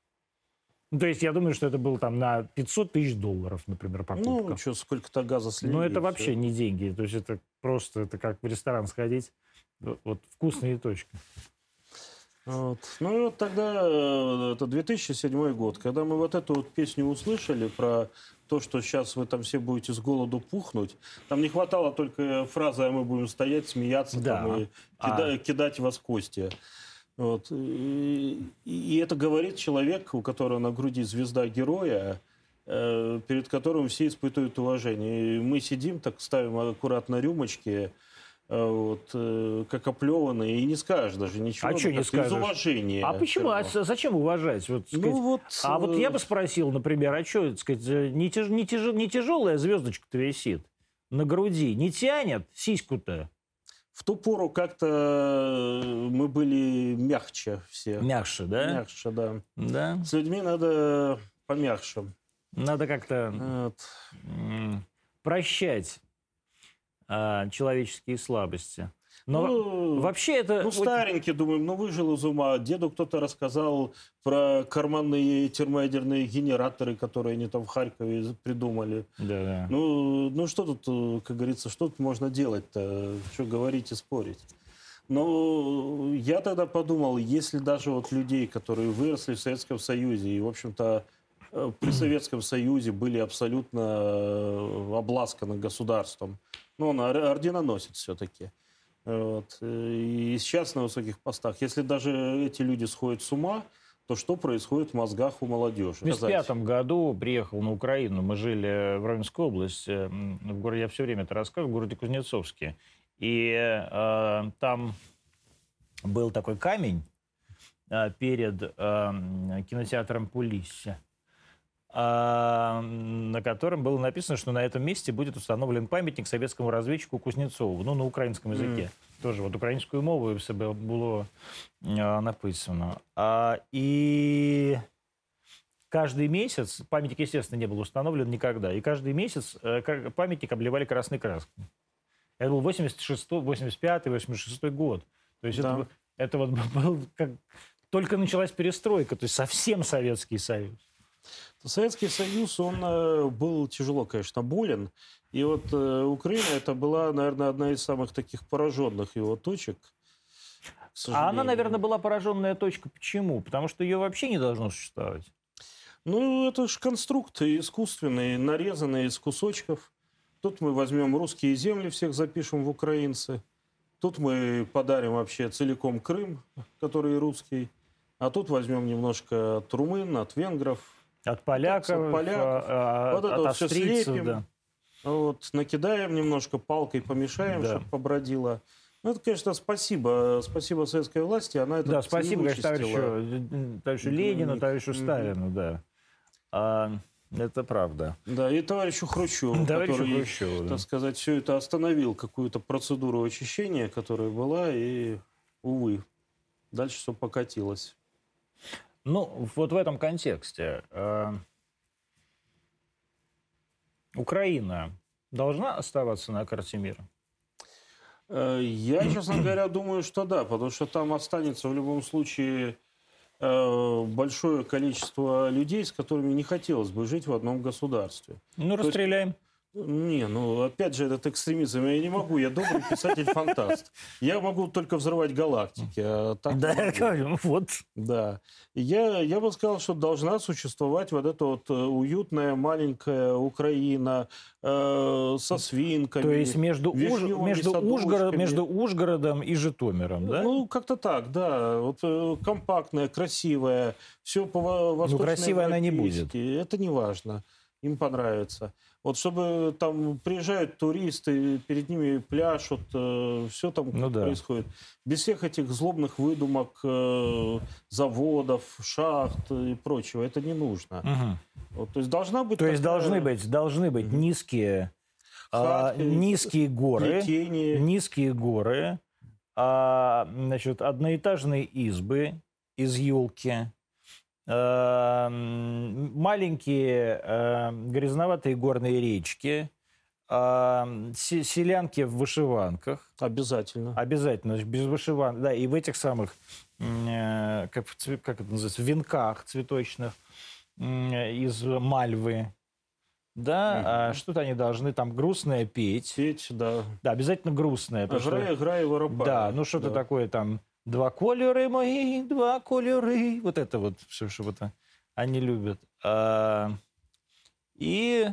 Ну, то есть я думаю, что это было там на пятьсот тысяч долларов, например, покупка. Ну, что, сколько-то газа слили. Но и это всё. вообще не деньги. То есть это просто это как в ресторан сходить. Вот, вот вкусные точки. Вот. Ну и вот тогда, э, это две тысячи седьмой год, когда мы вот эту вот песню услышали про то, что сейчас вы там все будете с голоду пухнуть. Там не хватало только фразы, а мы будем стоять, смеяться Да. там, и кида- А- кидать вас кости. Вот. И, и это говорит человек, у которого на груди звезда героя, э, перед которым все испытывают уважение. И мы сидим, так ставим аккуратно рюмочки, э, вот, э, как оплеванные, и не скажешь даже ничего. А что не как-то скажешь? Из уважения. А почему? А всё равно. с- зачем уважать? Вот, Ну сказать, вот, а вот э, я бы спросил, например, а что, сказать, э, не, тяж, не, тяж, не тяжелая звездочка-то висит на груди? Не тянет сиську-то? В ту пору как-то мы были мягче все. Мягче, да? Мягче, да. Да. С людьми надо помягче. Надо как-то Вот. м, прощать а, человеческие слабости. Но Ну, вообще это... Ну, вот- старенький, думаем, ну, выжил из ума. Деду кто-то рассказал про карманные термоядерные генераторы, которые они там в Харькове придумали. Да, да. Ну, ну что тут, э, как говорится, что тут можно делать-то? Что говорить и спорить? Но я тогда подумал, если даже вот людей, которые выросли в Советском Союзе и, в общем-то, э, при Советском Союзе были абсолютно э, обласканы государством, ну, он ор- орденоносец все-таки, вот, э, и сейчас на высоких постах, если даже эти люди сходят с ума, то что происходит в мозгах у молодежи? В две тысячи пятом году приехал на Украину. Мы жили в Ровенской области, м, в городе, я все время это рассказываю, в городе Кузнецовске. И э, там был такой камень э, перед э, кинотеатром Пулисся, э, на котором было написано, что на этом месте будет установлен памятник советскому разведчику Кузнецову, ну, на українському языке. Mm. Тоже вот українською мовою все було э, написано. А, и каждый месяц, памятник, естественно, не был установлен никогда, и каждый месяц э, как- памятник обливали красной краской. Это был восемьдесят шестой, восемьдесят пятый, восемьдесят шестой год. То есть Да. это, это вот был как... Только началась перестройка, то есть совсем Советский Союз. Советский Союз, он э, был тяжело, конечно, болен. И вот э, Украина, это была, наверное, одна из самых таких пораженных его точек. к А она, сожалению. наверное, была пораженная точка. Почему? Потому что ее вообще не должно существовать. Ну, это же конструкт искусственный, нарезанный из кусочков. Тут мы возьмем русские земли, всех запишем в украинцы. Тут мы подарим вообще целиком Крым, который русский. А тут возьмем немножко от румын, от венгров. От поляков, от поляков. а, Вот это от вот всё австрийцев. слепим. Да. Вот, накидаем немножко, палкой помешаем, Да. чтобы побродило. Ну, это, конечно, спасибо. Спасибо советской власти. Она это Да, спасибо, не конечно, вычистила. товарищу, товарищу Мгм. Ленину, товарищу Мгм. Сталину, да. А, это правда. Да, и товарищу Хрущеву, Товарищу который, Хрущеву, да. так сказать, все это остановил, какую-то процедуру очищения, которая была, и, увы, дальше все покатилось. Ну, вот в этом контексте э, Украина должна оставаться на карте мира? Э, Я, честно говоря, думаю, что да, потому что там останется в любом случае э, большое количество людей, с которыми не хотелось бы жить в одном государстве. Ну, есть- расстреляем. Не, ну, опять же, этот экстремизм. Я не могу, я добрый писатель-фантаст. Я могу только взрывать галактики. А так Да, не я могу. говорю, ну вот. Да. Я, я бы сказал, что должна существовать вот эта вот э, уютная маленькая Украина э, со свинками. То есть между, Уж- вишневыми между, садочками. Ужгород, между Ужгородом и Житомиром, да? Ну, как-то так, да. Вот э, компактная, красивая, все по восточно. Ну, красивой она не будет. Это не важно. Им понравится. Вот чтобы там приезжают туристы, перед ними пляшут, все там Ну да. происходит. Без всех этих злобных выдумок, э, заводов, шахт и прочего. Это не нужно. Мгм. Вот, то есть должна быть То есть такая должны быть, должны быть низкие, а, хатка, низкие горы, плетение. низкие горы, а, значит, одноэтажные избы из елки, а, м, маленькие а, грязноватые горные речки, а, се- селянки в вышиванках, Обязательно. обязательно, без вышиванок, да, и в этих самых, м, э, как, в цве- как это называется, венках цветочных м, из мальвы. Да, Мгм. а что-то они должны там грустное петь. Петь, да. Да, обязательно грустное. потому что- Играй, играй, воропай. да, ну что-то Да. такое там. Два кольоры мои, два кольоры. Вот это вот все, что вот они любят. А, и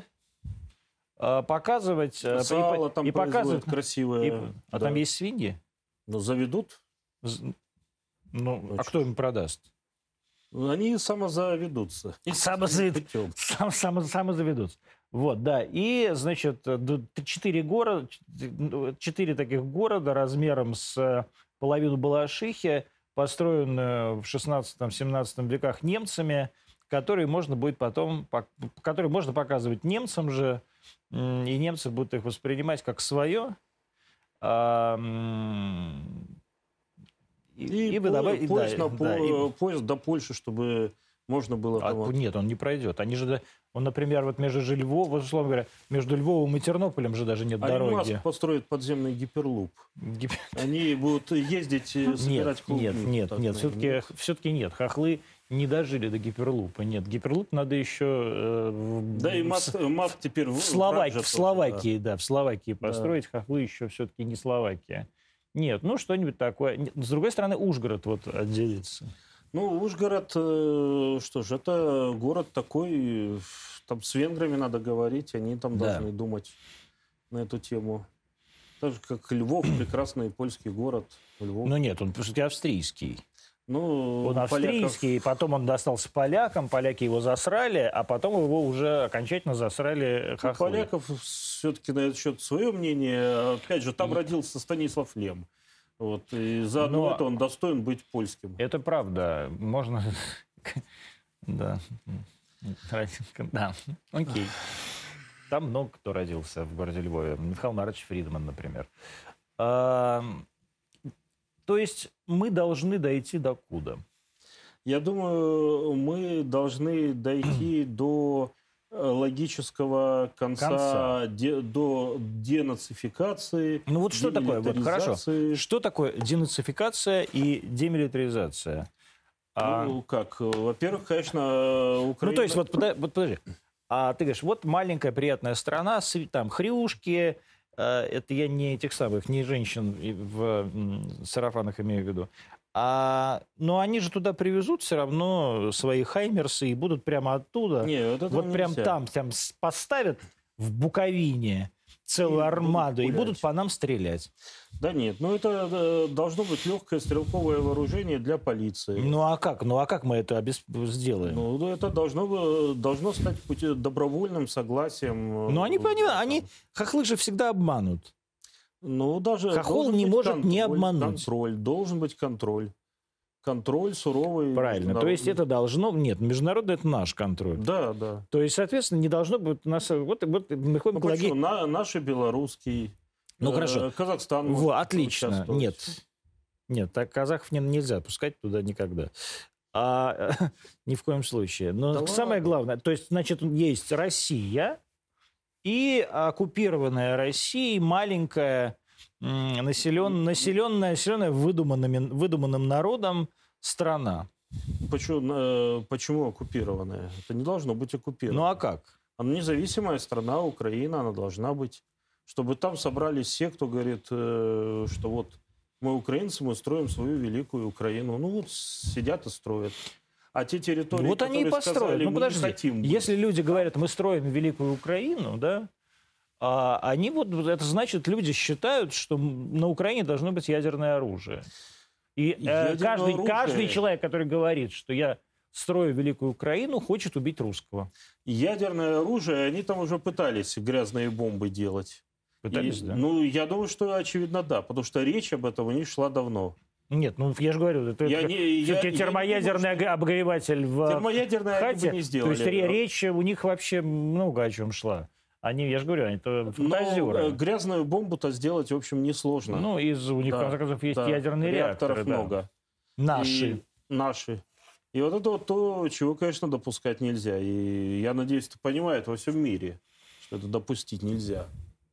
э, показывать... э, Сало и, там и показывать красивое. и- а да. там есть свиньи? Ну, заведут. З- Ну, а Очень. кто им продаст? Они самозаведутся. Самозавед- Путем. Сам, сам, самозаведутся. Вот, да. И, значит, д- четыре города, четыре таких города размером с половину Балашихи, построены в шестнадцатом-семнадцатом веках немцами, которые можно будет потом, пок- которые можно показывать немцам же, м, и немцы будут их воспринимать как свое. А, м, и, И, и по- выдавать- и поезд, да, на да, и- по- поезд до Польши, чтобы можно было... А, там вот- нет, он не пройдет. Они же, да- он, например, вот между же Львовом, вот, условно говоря, между Львовом и Тернополем же даже нет А дороги. Маск построит подземный гиперлуп. Гип- Они будут ездить, э, собирать Нет, клубнику. нет, нет, так, нет, наверное. все-таки, все-таки нет. Хохлы не дожили до гиперлупа. Нет, гиперлуп надо еще э, в, Да и в Маск, С- Маск теперь... в в- Словакии, враг в же тоже, Словакии, да, в Словакии Да. построить. Хохлы еще все-таки не Словакия. Нет, ну что-нибудь такое. Нет, с другой стороны, Ужгород вот отделится. Ну, Ужгород, э, что ж, это город такой, э, там с венграми надо говорить, они там Да. должны думать на эту тему. Так же, как Львов, прекрасный польский город. Львов. Ну нет, он все-таки австрийский. Ну, Он у поляков- австрийский, потом он достался полякам, поляки его засрали, а потом его уже окончательно засрали У хохлы. поляков все-таки на этот счет свое мнение. Опять же, там И- родился Станислав Лем. Вот, и заодно Но- это он достоин быть польским. Это правда. Можно... Да. Да. Окей. Там много кто родился в городе Львове. Михаил Маратович Фридман, например. А, То есть мы должны дойти до куда? Я думаю, мы должны дойти до э, логического конца, Конца. де- до денацификации. Ну вот что такое? Вот хорошо. демилитаризации. Что такое денацификация и демилитаризация? А, Ну, как? Во-первых, конечно, Украина... Ну, то есть, вот, пода- вот подожди. А ты говоришь, вот маленькая приятная страна, с- там хрюшки, э, это я не этих самых, не женщин и в м, сарафанах имею в виду. А, но они же туда привезут все равно свои хаймерсы и будут прямо оттуда. Не, вот, этого вот прям нельзя. там, там с- поставят в Буковине целую И армаду и будут будут пулять. по нам стрелять. Да нет, ну это э, должно быть легкое стрелковое вооружение для полиции. Ну а как? Ну а как мы это обес- сделаем? Ну, да, это должно, бы- должно стать пути- добровольным согласием. э, Ну, они, понимают, там. они, хохлы же всегда обманут. Ну, даже Хохол должен не быть может не контроль, обмануть. Контроль, должен быть контроль. Контроль суровый. Правильно. То есть международный. это должно... Нет, международный — это наш контроль. Да, да. То есть, соответственно, не должно быть... У нас... Вот, вот мы ходим Ну, к логи- почему? На, наши белорусский. Ну, э, хорошо. Казахстан. может Во, отлично. участвовать. Нет. Нет, так казахов не, нельзя пускать туда никогда. А, ни в коем случае. Но Да самое ладно. главное, то есть, значит, есть Россия и оккупированная Россия, маленькая, м, населен, населенная, населенная выдуманными, выдуманным народом страна. Почему, э, почему оккупированная? Это не должно быть оккупировано. Ну а как? Она независимая страна, Украина, она должна быть. Чтобы там собрались все, кто говорит, э, что вот мы украинцы, мы строим свою великую Украину. Ну вот сидят и строят. А те территории, Вот они и которые построят. сказали, Ну мы подожди, не хотим быть. если люди говорят, мы строим великую Украину, да, а они вот, это значит, люди считают, что на Украине должно быть ядерное оружие. И э, Ядерное каждый, оружие. каждый человек, который говорит, что я строю великую Украину, хочет убить русского. Ядерное оружие, они там уже пытались грязные бомбы делать. Пытались, И, да? Ну, я думаю, что очевидно да, потому что речь об этом у них шла давно. Нет, ну я же говорю, это, Я это не- я- всё-таки я не термоядерный думаю, обогреватель в Термоядерное они хате. бы не То сделали. есть ре- речь у них вообще много о чем шла. Они, я же говорю, они это Но фантазеры. э, грязную бомбу-то сделать, в общем, несложно. Ну, из у них, в Да, конце концов, есть да. ядерные Реакторов реакторы. да. много. Наши. И наши. И вот это вот то, чего, конечно, допускать нельзя. И я надеюсь, это понимают во всем мире, что это допустить нельзя.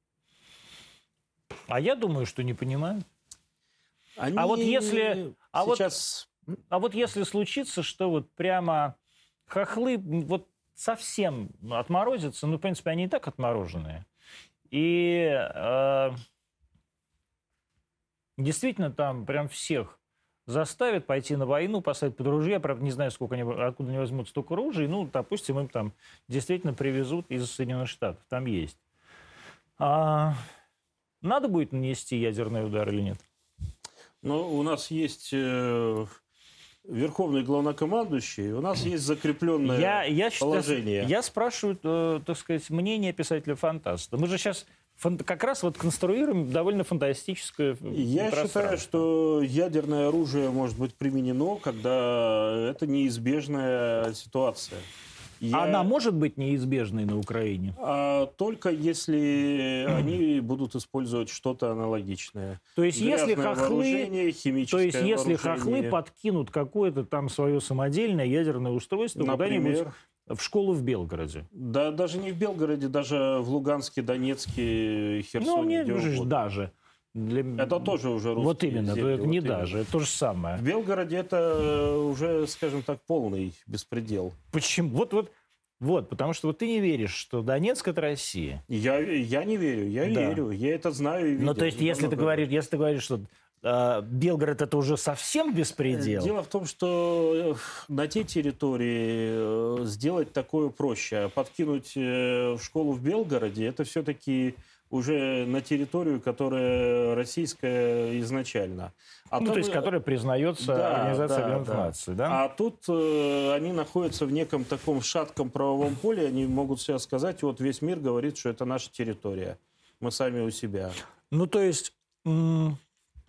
А я думаю, что не понимаю. Они А вот если- а вот- сейчас... А вот если случится, что вот прямо хохлы вот совсем отморозятся, ну, в принципе, они и так отмороженные, и э, действительно там прям всех заставят пойти на войну, поставить под ружье. Я, правда, не знаю, сколько они, откуда они возьмут столько ружей. Ну, допустим, им там действительно привезут из Соединенных Штатов. Там есть. А надо будет нанести ядерный удар или нет? Ну, у нас есть э, верховный главнокомандующий, у нас есть закрепленное я, я положение. Считаю, я спрашиваю, э, так сказать, мнение писателя-фантаста. Мы же сейчас фан- как раз вот конструируем довольно фантастическое Я считаю, что ядерное оружие может быть применено, когда это неизбежная ситуация. Я... Она может быть неизбежной на Украине? А только если они будут использовать что-то аналогичное. То есть, если хохлы, то есть, если хохлы вооружение. подкинут какое-то там свое самодельное ядерное устройство куда-нибудь в школу в Белгороде? Да, даже не в Белгороде, даже в Луганске, Донецке, Херсоне. Ну, мне же даже. Для... Это тоже уже русские Вот именно, земли, это вот не именно. даже, это то же самое. В Белгороде это уже, скажем так, полный беспредел. Почему? Вот, вот, вот, потому что вот ты не веришь, что Донецк — это Россия. Я, я не верю, я Да. верю, я это знаю и видел. Ну, то есть, если ты, говоришь, если ты говоришь, что э, Белгород — это уже совсем беспредел? Дело в том, что на те территории сделать такое проще. Подкинуть в школу в Белгороде, это все-таки уже на территорию, которая российская изначально. А ну, там... то есть, которая признается да, Организацией да, Объединенных да. Наций, да? А тут э, они находятся в неком таком шатком правовом поле, они могут себе сказать, вот весь мир говорит, что это наша территория, мы сами у себя. Ну, то есть, м-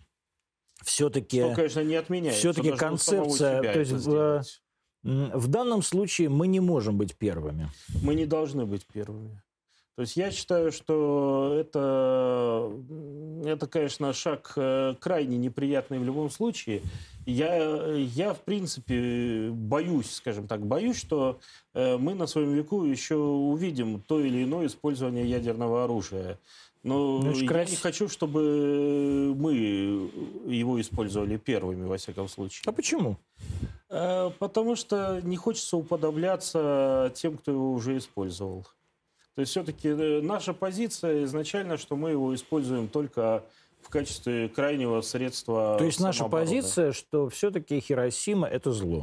все-таки... Что, конечно, не отменяется. Все-таки концепция... То есть, в, в данном случае мы не можем быть первыми. Мы не должны быть первыми. То есть я считаю, что это, это, конечно, шаг крайне неприятный в любом случае. Я, я, в принципе, боюсь, скажем так, боюсь, что мы на своем веку еще увидим то или иное использование ядерного оружия. Но ну, я крас... не хочу, чтобы мы его использовали первыми, во всяком случае. А почему? Потому что не хочется уподобляться тем, кто его уже использовал. То есть все-таки наша позиция изначально, что мы его используем только в качестве крайнего средства. То есть наша самообороны. позиция, что все-таки Хиросима – это зло?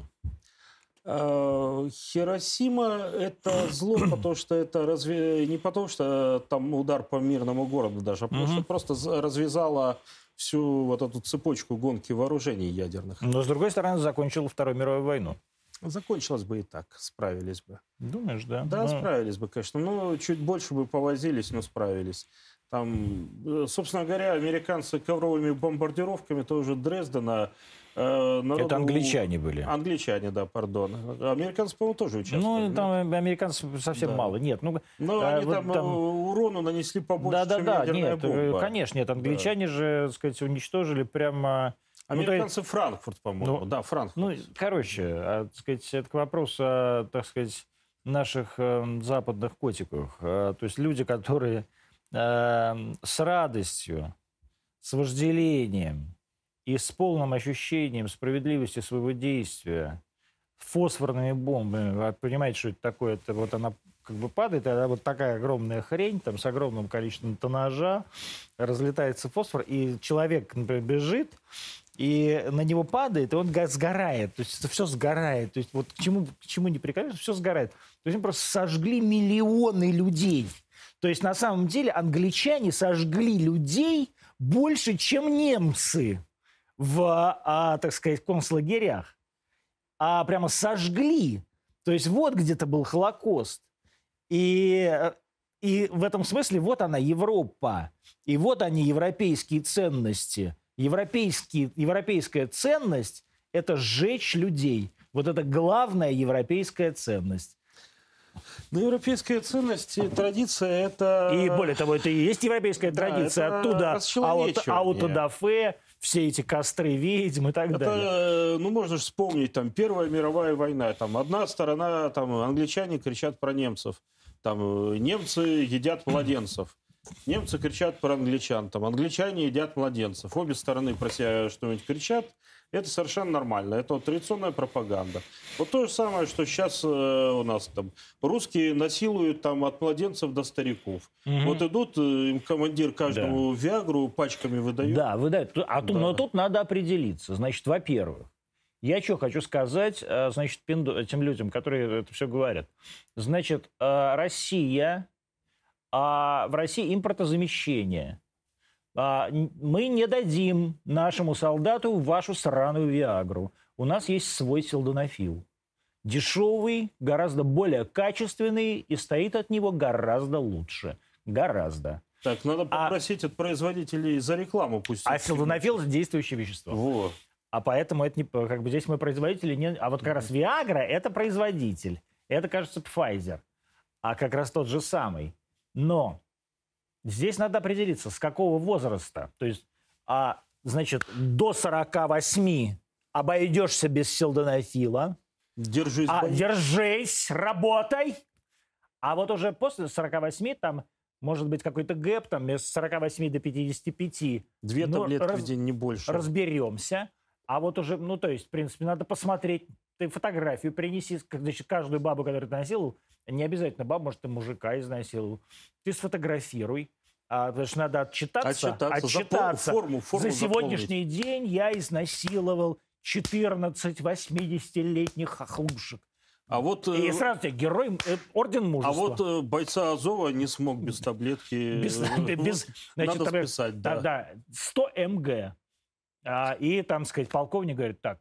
Хиросима – это зло, потому что это разве... не потому что там удар по мирному городу даже, а потому что просто развязала всю вот эту цепочку гонки вооружений ядерных. Но, с другой стороны, закончила Вторую мировую войну. Закончилось бы и так, справились бы. Думаешь, да? Да, но... справились бы, конечно. Ну, чуть больше бы повозились, но справились. Там, собственно говоря, американцы ковровыми бомбардировками тоже Дрездена... Э, народу... Это англичане были. Англичане, да, пардон. Американцы, по-моему, тоже участвовали. Ну, там американцев совсем да. мало. Нет, ну... Но а, они вот там, там урону нанесли побольше, да, да, чем да, ядерная нет, бомба. конечно, нет. Англичане да. же, так сказать, уничтожили прямо... Американцы ну, то... Франкфурт, по-моему. Ну, да, Франкфурт. Ну, короче, а, так сказать, это к вопросу о, так сказать, наших э, западных котиках. А, то есть люди, которые э, с радостью, с вожделением и с полным ощущением справедливости своего действия фосфорными бомбами, вы понимаете, что это такое? Это вот она как бы падает, а вот такая огромная хрень, там с огромным количеством тоннажа, разлетается фосфор, и человек, например, бежит, и на него падает, и он сгорает. То есть это все сгорает. То есть вот к чему, к чему не прикасаешься, все сгорает. То есть они просто сожгли миллионы людей. То есть на самом деле англичане сожгли людей больше, чем немцы в, а, так сказать, концлагерях. А прямо сожгли. То есть вот где-то был Холокост. И, и в этом смысле вот она, Европа. И вот они, европейские ценности. Европейский, европейская ценность – это сжечь людей. Вот это главная европейская ценность. Ну, европейская ценность и традиция – это… И более того, это и есть европейская да, традиция. Оттуда аутодафе, все эти костры ведьм и так это, далее. Ну, можно же вспомнить, там, Первая мировая война. Там одна сторона, там, англичане кричат про немцев. Там, немцы едят младенцев. Немцы кричат про англичан. Там, англичане едят младенцев. Обе стороны про себя что-нибудь кричат. Это совершенно нормально. Это вот традиционная пропаганда. Вот то же самое, что сейчас э, у нас там. Русские насилуют там от младенцев до стариков. Угу. Вот идут, э, им командир каждому да. Виагру пачками выдает. Да, выдают. А да. Но тут надо определиться. Значит, во-первых, я что хочу сказать, значит, этим людям, которые это все говорят. Значит, Россия, в России импортозамещение. Мы не дадим нашему солдату вашу сраную Виагру. У нас есть свой силденафил. Дешевый, гораздо более качественный и стоит от него гораздо лучше. Гораздо. Так, надо попросить а... от производителей за рекламу пусть. А силденафил – это действующее вещество. Вот. А поэтому это не, как бы здесь мы производители не... А вот как раз Виагра – это производитель. Это, кажется, Pfizer. А как раз тот же самый. Но здесь надо определиться, с какого возраста. То есть, а, значит, до сорока восьми обойдешься без силденафила. Держись. А, держись, работай. А вот уже после сорока восьми там может быть какой-то гэп, там, с сорока восьми до пятидесяти пяти. Две ну, таблетки раз... в день, не больше. Разберемся. А вот уже, ну, то есть, в принципе, надо посмотреть. Ты фотографию принеси, значит, каждую бабу, которую ты насиловал, не обязательно бабу, может, ты мужика изнасиловал. Ты сфотографируй. А, потому что надо отчитаться. Отчитаться. отчитаться. За форму, форму За сегодняшний заполнить. день я изнасиловал четырнадцать восьмидесятилетних хохлушек. А вот, и сразу тебе герой, э, орден мужества. А вот э, бойца Азова не смог без таблетки. Без, без, значит, надо списать, да. Да, сто мг. А, и там, сказать, полковник говорит, так,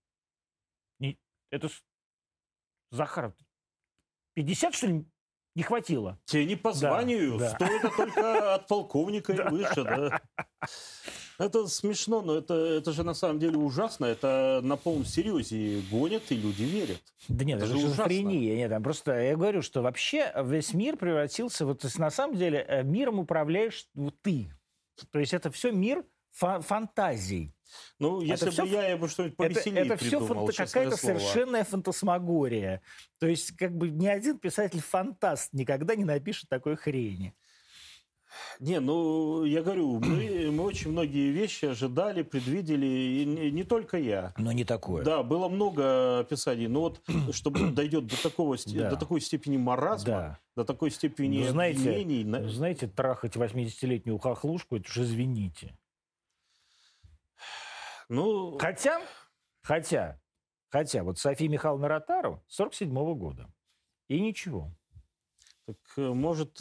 не, это Захаров, пятьдесят, что ли, не хватило? Тебе не по званию, да, сто это только от полковника и выше, да. Это смешно, но это, это же на самом деле ужасно. Это на полном серьезе гонят, и люди верят. Да нет, это, это же шизофрения. Нет, там просто я говорю, что вообще весь мир превратился... Вот, то есть, на самом деле миром управляешь вот ты. То есть это все мир фа- фантазий. Ну, если это бы все, я ему что-нибудь повеселее это, это придумал. Это все какая-то слово. совершенная фантасмагория. То есть как бы ни один писатель-фантаст никогда не напишет такой хрени. Не, ну, я говорю, мы, мы очень многие вещи ожидали, предвидели, и не, не только я. Но не такое. Да, было много описаний, но вот, чтобы дойдет до, такого, да. до такой степени маразма, да. до такой степени ну, знаете, обвинений... Ну, знаете, трахать восьмидесятилетнюю хохлушку, это уж извините. Ну... Хотя, хотя, хотя, вот София Михайловна Ротару сорок седьмого года. И ничего. Так, может...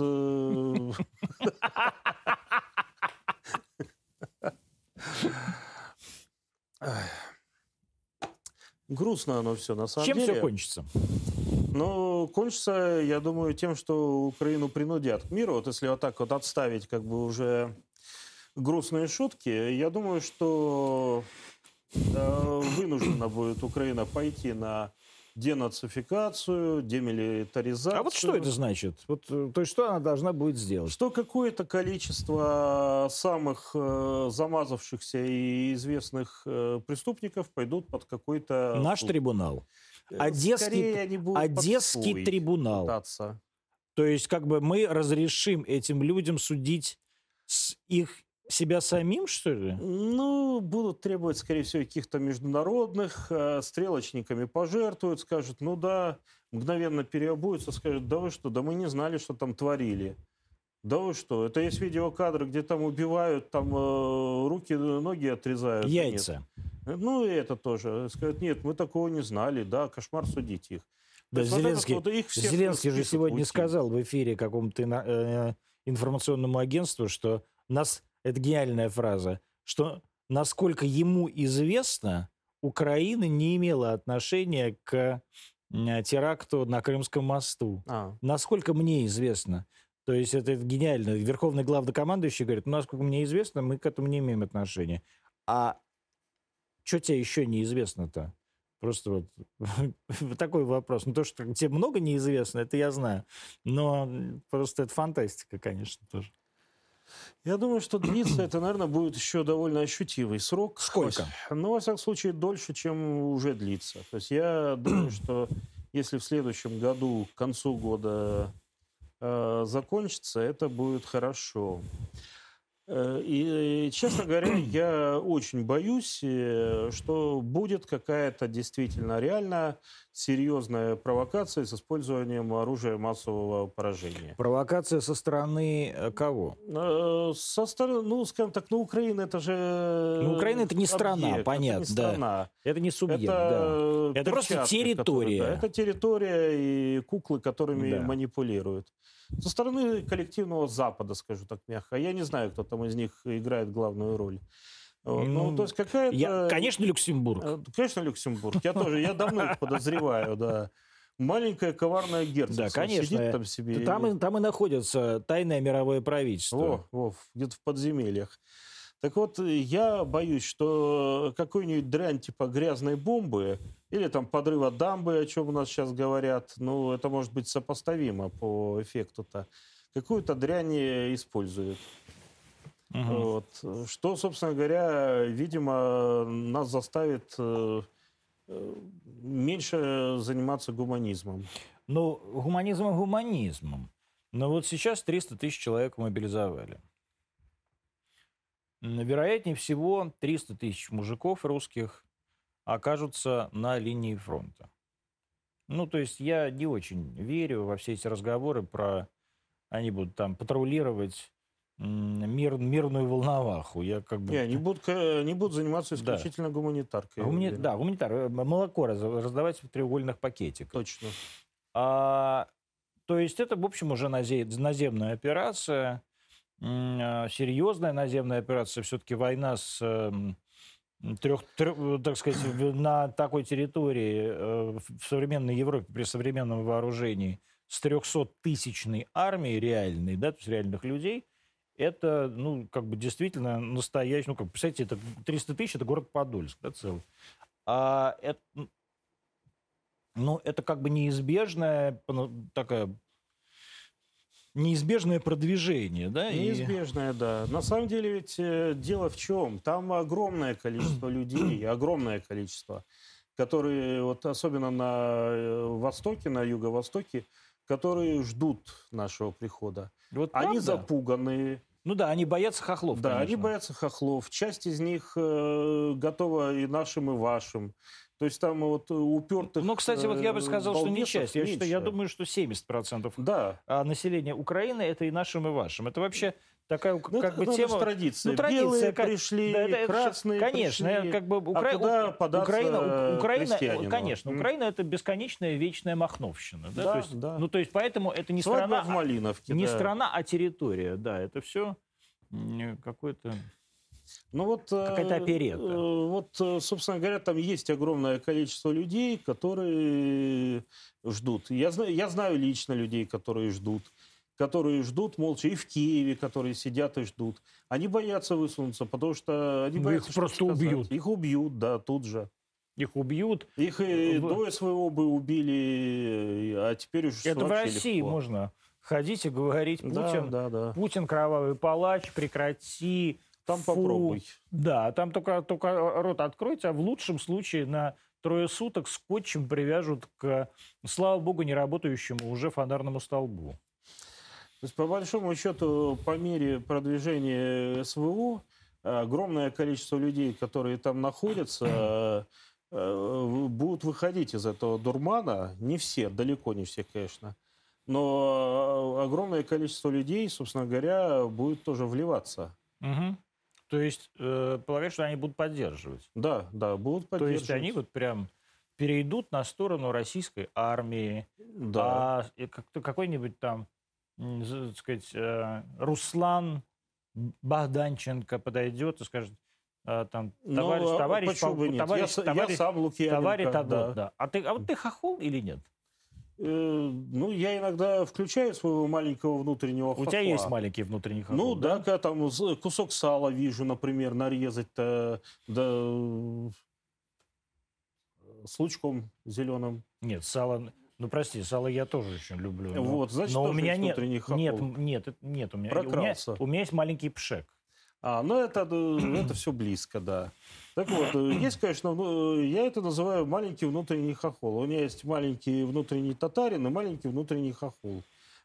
Грустно оно все, на самом Чем деле. Чем все кончится? Ну, кончится, я думаю, тем, что Украину принудят к миру. Вот если вот так вот отставить как бы уже грустные шутки, я думаю, что э, вынуждена будет Украина пойти на денацификацию, демилитаризацию. А вот что это значит? Вот, то есть что она должна будет сделать? Что какое-то количество самых э, замазавшихся и известных э, преступников пойдут под какой-то... Наш суд. Трибунал. Одесский, Одесский трибунал. Пытаться. То есть как бы мы разрешим этим людям судить с их... себя самим, что ли? Ну, будут требовать, скорее всего, каких-то международных, э, стрелочниками пожертвуют, скажут, ну да, мгновенно переобуются, скажут, да вы что, да мы не знали, что там творили. Да вы что, это есть видеокадры, где там убивают, там э, руки, ноги отрезают. Яйца. Нет. Ну, и это тоже. Скажут, нет, мы такого не знали, да, кошмар, судить их. Да, Зеленский, вот их Зеленский же сегодня уйти. сказал в эфире какому-то э, информационному агентству, что нас... Это гениальная фраза, что, насколько ему известно, Украина не имела отношения к теракту на Крымском мосту. А. Насколько мне известно. То есть это, это гениально. Верховный главнокомандующий говорит, ну, насколько мне известно, мы к этому не имеем отношения. А что тебе еще неизвестно-то? Просто вот такой вопрос. Ну, то, что тебе много неизвестно, это я знаю. Но просто это фантастика, конечно, тоже. Я думаю, что длиться это, наверное, будет еще довольно ощутимый срок. Сколько? Ну, во всяком случае, дольше, чем уже длится. То есть я думаю, что если в следующем году, к концу года, э, закончится, это будет хорошо. Э, И, честно говоря, я очень боюсь, э, что будет какая-то действительно реально серьезная провокация с использованием оружия массового поражения. Провокация со стороны э, кого? Э, Со стороны, ну, скажем так, ну, Украина это же... Ну, Украина это не страна, объект, понятно, это не да. страна. Это не субъект, да. Это, Это просто перчатки, территория. которые, да, это территория и куклы, которыми Да. манипулируют. Со стороны коллективного Запада, скажу так мягко. Я не знаю, кто там из них играет главную роль. Вот. Ну, Ну, то есть какая-то... Я, конечно, Люксембург. Э, Конечно, Люксембург. Я тоже, я давно их подозреваю, да. Маленькое коварное герцогство. Да, конечно. Сидит там себе. Там, и, там и находится тайное мировое правительство. Во, во, где-то в подземельях. Так вот, я боюсь, что какую-нибудь дрянь типа грязной бомбы или там подрыва дамбы, о чем у нас сейчас говорят, ну, это может быть сопоставимо по эффекту-то, какую-то дрянь используют. Мгм. Вот. Что, собственно говоря, видимо, нас заставит э, э, меньше заниматься гуманизмом. Ну, гуманизмом гуманизмом. Но вот сейчас триста тысяч человек мобилизовали. М, Вероятнее всего, триста тысяч мужиков русских окажутся на линии фронта. Ну, то есть я не очень верю во все эти разговоры про... Они будут там патрулировать м, мир, мирную волноваху. Я как бы... Не, они будут, ка- они будут заниматься Да. исключительно гуманитаркой. я Гумани- уверен. Да, гуманитар. э, Молоко раз- раздавать в треугольных пакетиках. Точно. А, то есть это, в общем, уже назе- наземная операция, м, а, серьезная наземная операция. Все-таки война с эм, трех, трё- так сказать, в- на такой территории э, в в современной Европе при современном вооружении с трехсоттысячной армией реальной, да, то есть реальных людей, это, ну, как бы действительно настоящий, ну, как, представляете, это триста тысяч, это город Подольск, да, целый. А это, ну, это как бы неизбежная ну, такая неизбежное продвижение, да? и- Неизбежное, да. На самом деле ведь э, дело в чем? Там огромное количество людей, огромное количество, которые, вот особенно на э, востоке, на юго-востоке, которые ждут нашего прихода. Вот Они правда? запуганные. Ну да, они боятся хохлов, Да, они конечно. боятся хохлов. Часть из них э, готова и нашим, и вашим. То есть там вот упертых... Ну, кстати, вот я бы э, сказал, что не балбесов часть. Я, считаю, я меньше. думаю, что семьдесят процентов Да. а, населения Украины это и нашим, и вашим. Это вообще такая Ну, как это, бы ну, это тема... ж традиция. Ну, традиция, Белые как- пришли, Да, это- это ж- красные конечно, пришли. как бы А Укра- куда У- податься Украина, Украина, крестьянину? конечно, М? Украина это бесконечная вечная махновщина. Да? Да, То есть, да. Ну, то есть, поэтому это не Свадьба страна, в а- Малиновке. не да. страна, а территория. Да, это все какой-то... Ну вот, э, Какая-то оперетта. э, Вот, э, собственно говоря, там есть огромное количество людей, которые ждут. Я знаю, я знаю лично людей, которые ждут. Которые ждут молча. И в Киеве, которые сидят и ждут. Они боятся высунуться, потому что они Ну, боятся их что-то просто сказать. убьют. Их убьют, да, тут же. Их убьют. Их и В- до СВО бы убили, а теперь уже Это в вообще России легко. можно ходить и говорить, Да, Путин, да, да. Путин кровавый палач, прекрати. Там Фу. попробуй. Да, там только, только рот откройте, а в лучшем случае на трое суток скотчем привяжут к, слава богу, неработающему уже фонарному столбу. То есть, по большому счету, по мере продвижения СВО, огромное количество людей, которые там находятся, э, будут выходить из этого дурмана. Не все, далеко не все, конечно. Но огромное количество людей, собственно говоря, будет тоже вливаться. Мгм. То есть, э, полагаю, что они будут поддерживать. Да, да, будут То поддерживать. есть они вот прям перейдут на сторону российской армии, Да. а и как-то какой-нибудь там, м, з- так сказать, э, Руслан Богданченко подойдет и скажет, э, там, Ну, товарищ, а товарищ, почему бы пол- нет? товарищ, я, с- я товарищ, сам Лукьяненко. товарищ, а да. вот, да. А ты, а вот ты хохол или нет? Э, Ну, я иногда включаю своего маленького внутреннего У хохла. тебя есть маленький внутренний хохол, Ну да, когда там з- кусок сала вижу, например, нарезать-то, да, э, с лучком зеленым. Нет, сало, ну прости, сало я тоже очень люблю. Но, Вот, значит, но у тоже меня есть нет, внутренний хохол. нет, нет, это- нет, у меня, у меня, Прокрался. у меня есть маленький пшек. А, ну это, э, это все близко, да. Так вот, э, есть, конечно, ну, э, я это называю маленький внутренний хохол. У меня есть маленький внутренний татарин и маленький внутренний хохол.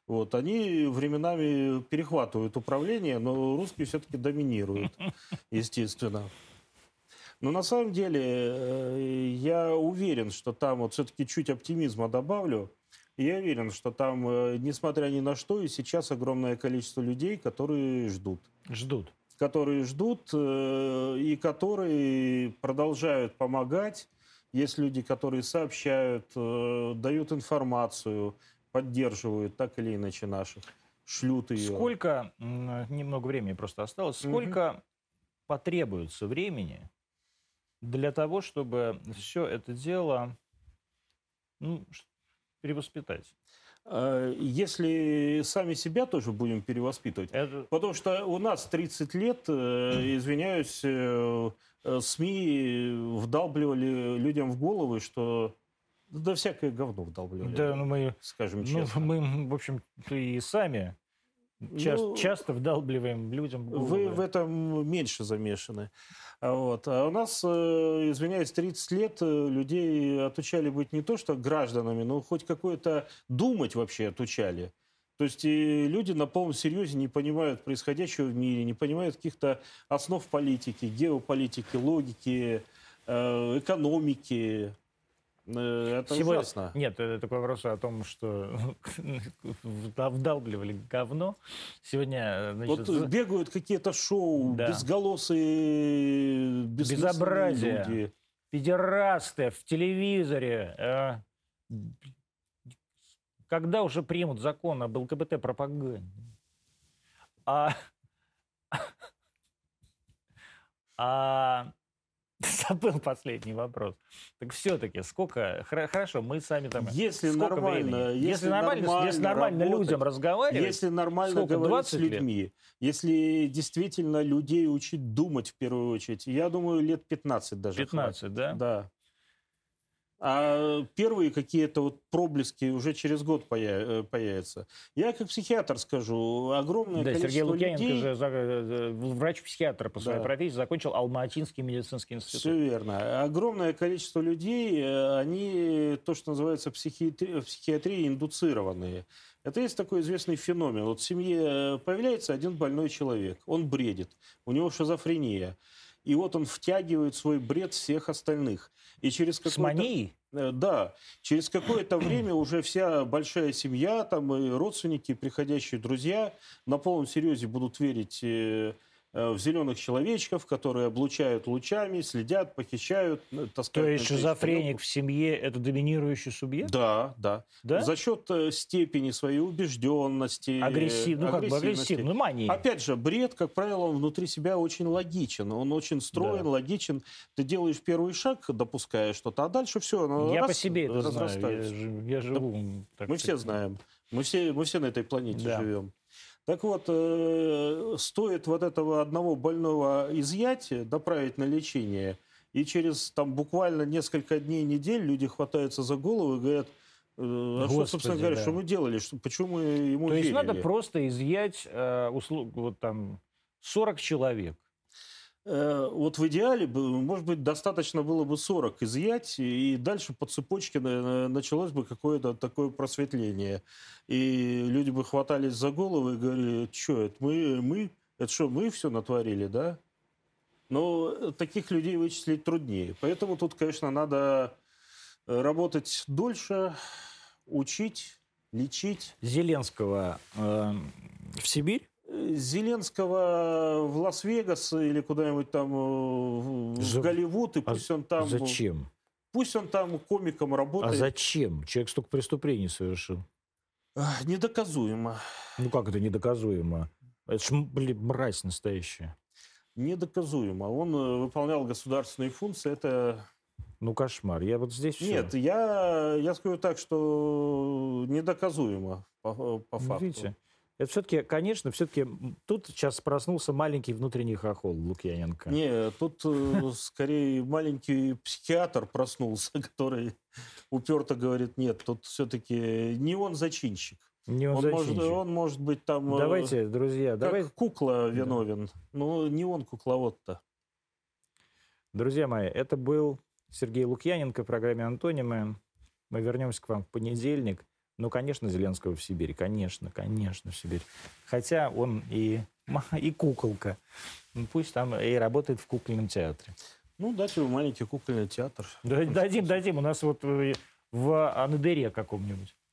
Вот, они временами перехватывают управление, но русские все-таки доминируют, естественно. Но на самом деле э, я уверен, что там, вот все-таки чуть оптимизма добавлю, я уверен, что там, э, несмотря ни на что, и сейчас огромное количество людей, которые ждут. Ждут. Которые ждут э, и которые продолжают помогать. Есть люди, которые сообщают, э, дают информацию, поддерживают так или иначе наших, шлют ее. Сколько, м, немного времени просто осталось, сколько Мгм. потребуется времени для того, чтобы все это дело, ну, ш- перевоспитать? Э, Если сами себя тоже будем перевоспитывать. Это Потому что у нас тридцать лет, э, извиняюсь, э, э, СМИ вдалбливали людям в головы, что да всякое говно вдалбливали, да, ну мы, скажем ну, честно. мы, в общем, и сами час- Ну, часто вдалбливаем людям в Вы в головы. этом меньше замешаны. А Вот. А у нас, э, извиняюсь, тридцать лет э, людей отучали быть не то что гражданами, но хоть какое-то думать вообще отучали. То есть и люди на полном серьезе не понимают происходящего в мире, не понимают каких-то основ политики, геополитики, логики, э, экономики. Э, Это Сегодня... ужасно. Нет, это такой вопрос о том, что вда- вдалбливали говно. Сегодня, э, значит, Вот за- бегают какие-то шоу, да. безголосые, бессмысленные Безобразие. люди. Педерасты в телевизоре. э, Когда уже примут закон об ЛГБТ-пропаганде? А, а забыл последний вопрос. Так все-таки сколько... хра- Хорошо, мы сами там... Если Сколько нормально, времени? если Если нормально, нормально если нормально работать, людям разговаривать, если нормально сколько, говорить с двадцать лет? людьми, если действительно людей учить думать в первую очередь, я думаю, лет пятнадцать даже пятнадцать, хватит. да? Да. А первые какие-то вот проблески уже через год поя- э, появятся. Я как психиатр скажу, огромное Да, Сергей количество Лукьяненко людей... же за- э, врач-психиатр по своей Да. профессии, закончил Алма-Атинский медицинский институт. Все верно. Огромное количество людей, э, они то, что называется психиатри... в психиатрии индуцированные. Это есть такой известный феномен. Вот в семье появляется один больной человек, он бредит, у него шизофрения. И вот он втягивает в свой бред всех остальных. И через С какое-то... манией? Э, Да, через какое-то время уже вся большая семья, там и родственники, приходящие друзья на полном серьезе будут верить э, э, в зеленых человечков, которые облучают лучами, следят, похищают, э, То таскают есть на шизофреник в семье – это доминирующий субъект? Да, да. Да? За счет э, степени своей убежденности, Агрессив... Ну, как бы агрессивности. агрессивный, ну, мании. Опять же, бред, как правило, он внутри себя очень логичен. Он очень строен, Да. логичен. Ты делаешь первый шаг, допуская что-то, а дальше все. Я по себе это знаю, я, разрастается. жи- я живу. так Мы все сказать. знаем. Мы все, мы все на этой планете Да. живем. Так вот, э, стоит вот этого одного больного изъять, доправить на лечение, и через там буквально несколько дней, недель люди хватаются за голову и говорят, э, а что, Господи, собственно говоря, да. что мы делали, что, почему мы ему То есть верили? надо просто изъять э, услуг, вот там сорок человек. Э, Вот в идеале, бы, может быть, достаточно было бы сорок изъять, и дальше по цепочке на- началось бы какое-то такое просветление. И люди бы хватались за головы и говорили, что это мы, мы, это что, мы все натворили, да? Но таких людей вычислить труднее. Поэтому тут, конечно, надо э, работать дольше, учить, лечить. Зеленского э, в Сибирь? Зеленского в Лас-Вегас или куда-нибудь там э, в За- Голливуд, и А пусть он там, зачем? пусть он там комиком А работает. зачем? Человек столько преступлений совершил. Ах, Недоказуемо. Ну как это недоказуемо? Это ж, м, блин, мразь настоящая. Недоказуемо. Он э, выполнял государственные функции. Это... Ну кошмар. Я вот здесь все. Нет, я, я скажу так, что недоказуемо по, по Ну, факту. видите, это все-таки, конечно, все-таки тут сейчас проснулся маленький внутренний хохол Лукьяненко. Не, тут э, скорее маленький психиатр проснулся, который уперто говорит, нет, тут все-таки не он зачинщик. Не он Он может, зачинщик. он может быть там... э, Давайте, друзья, как давай, кукла виновен. Но не он кукловод-то. друзья мои, это был Сергей Лукьяненко в программе «Антонимы». Мы вернемся к вам в понедельник. Ну, конечно, Зеленского в Сибирь. Конечно, конечно, в Сибирь. Хотя он и, и куколка. Ну, пусть там и работает в кукольном театре. Ну, дать ему маленький кукольный театр. Дадим, дадим. У нас вот в Анадыре каком-нибудь.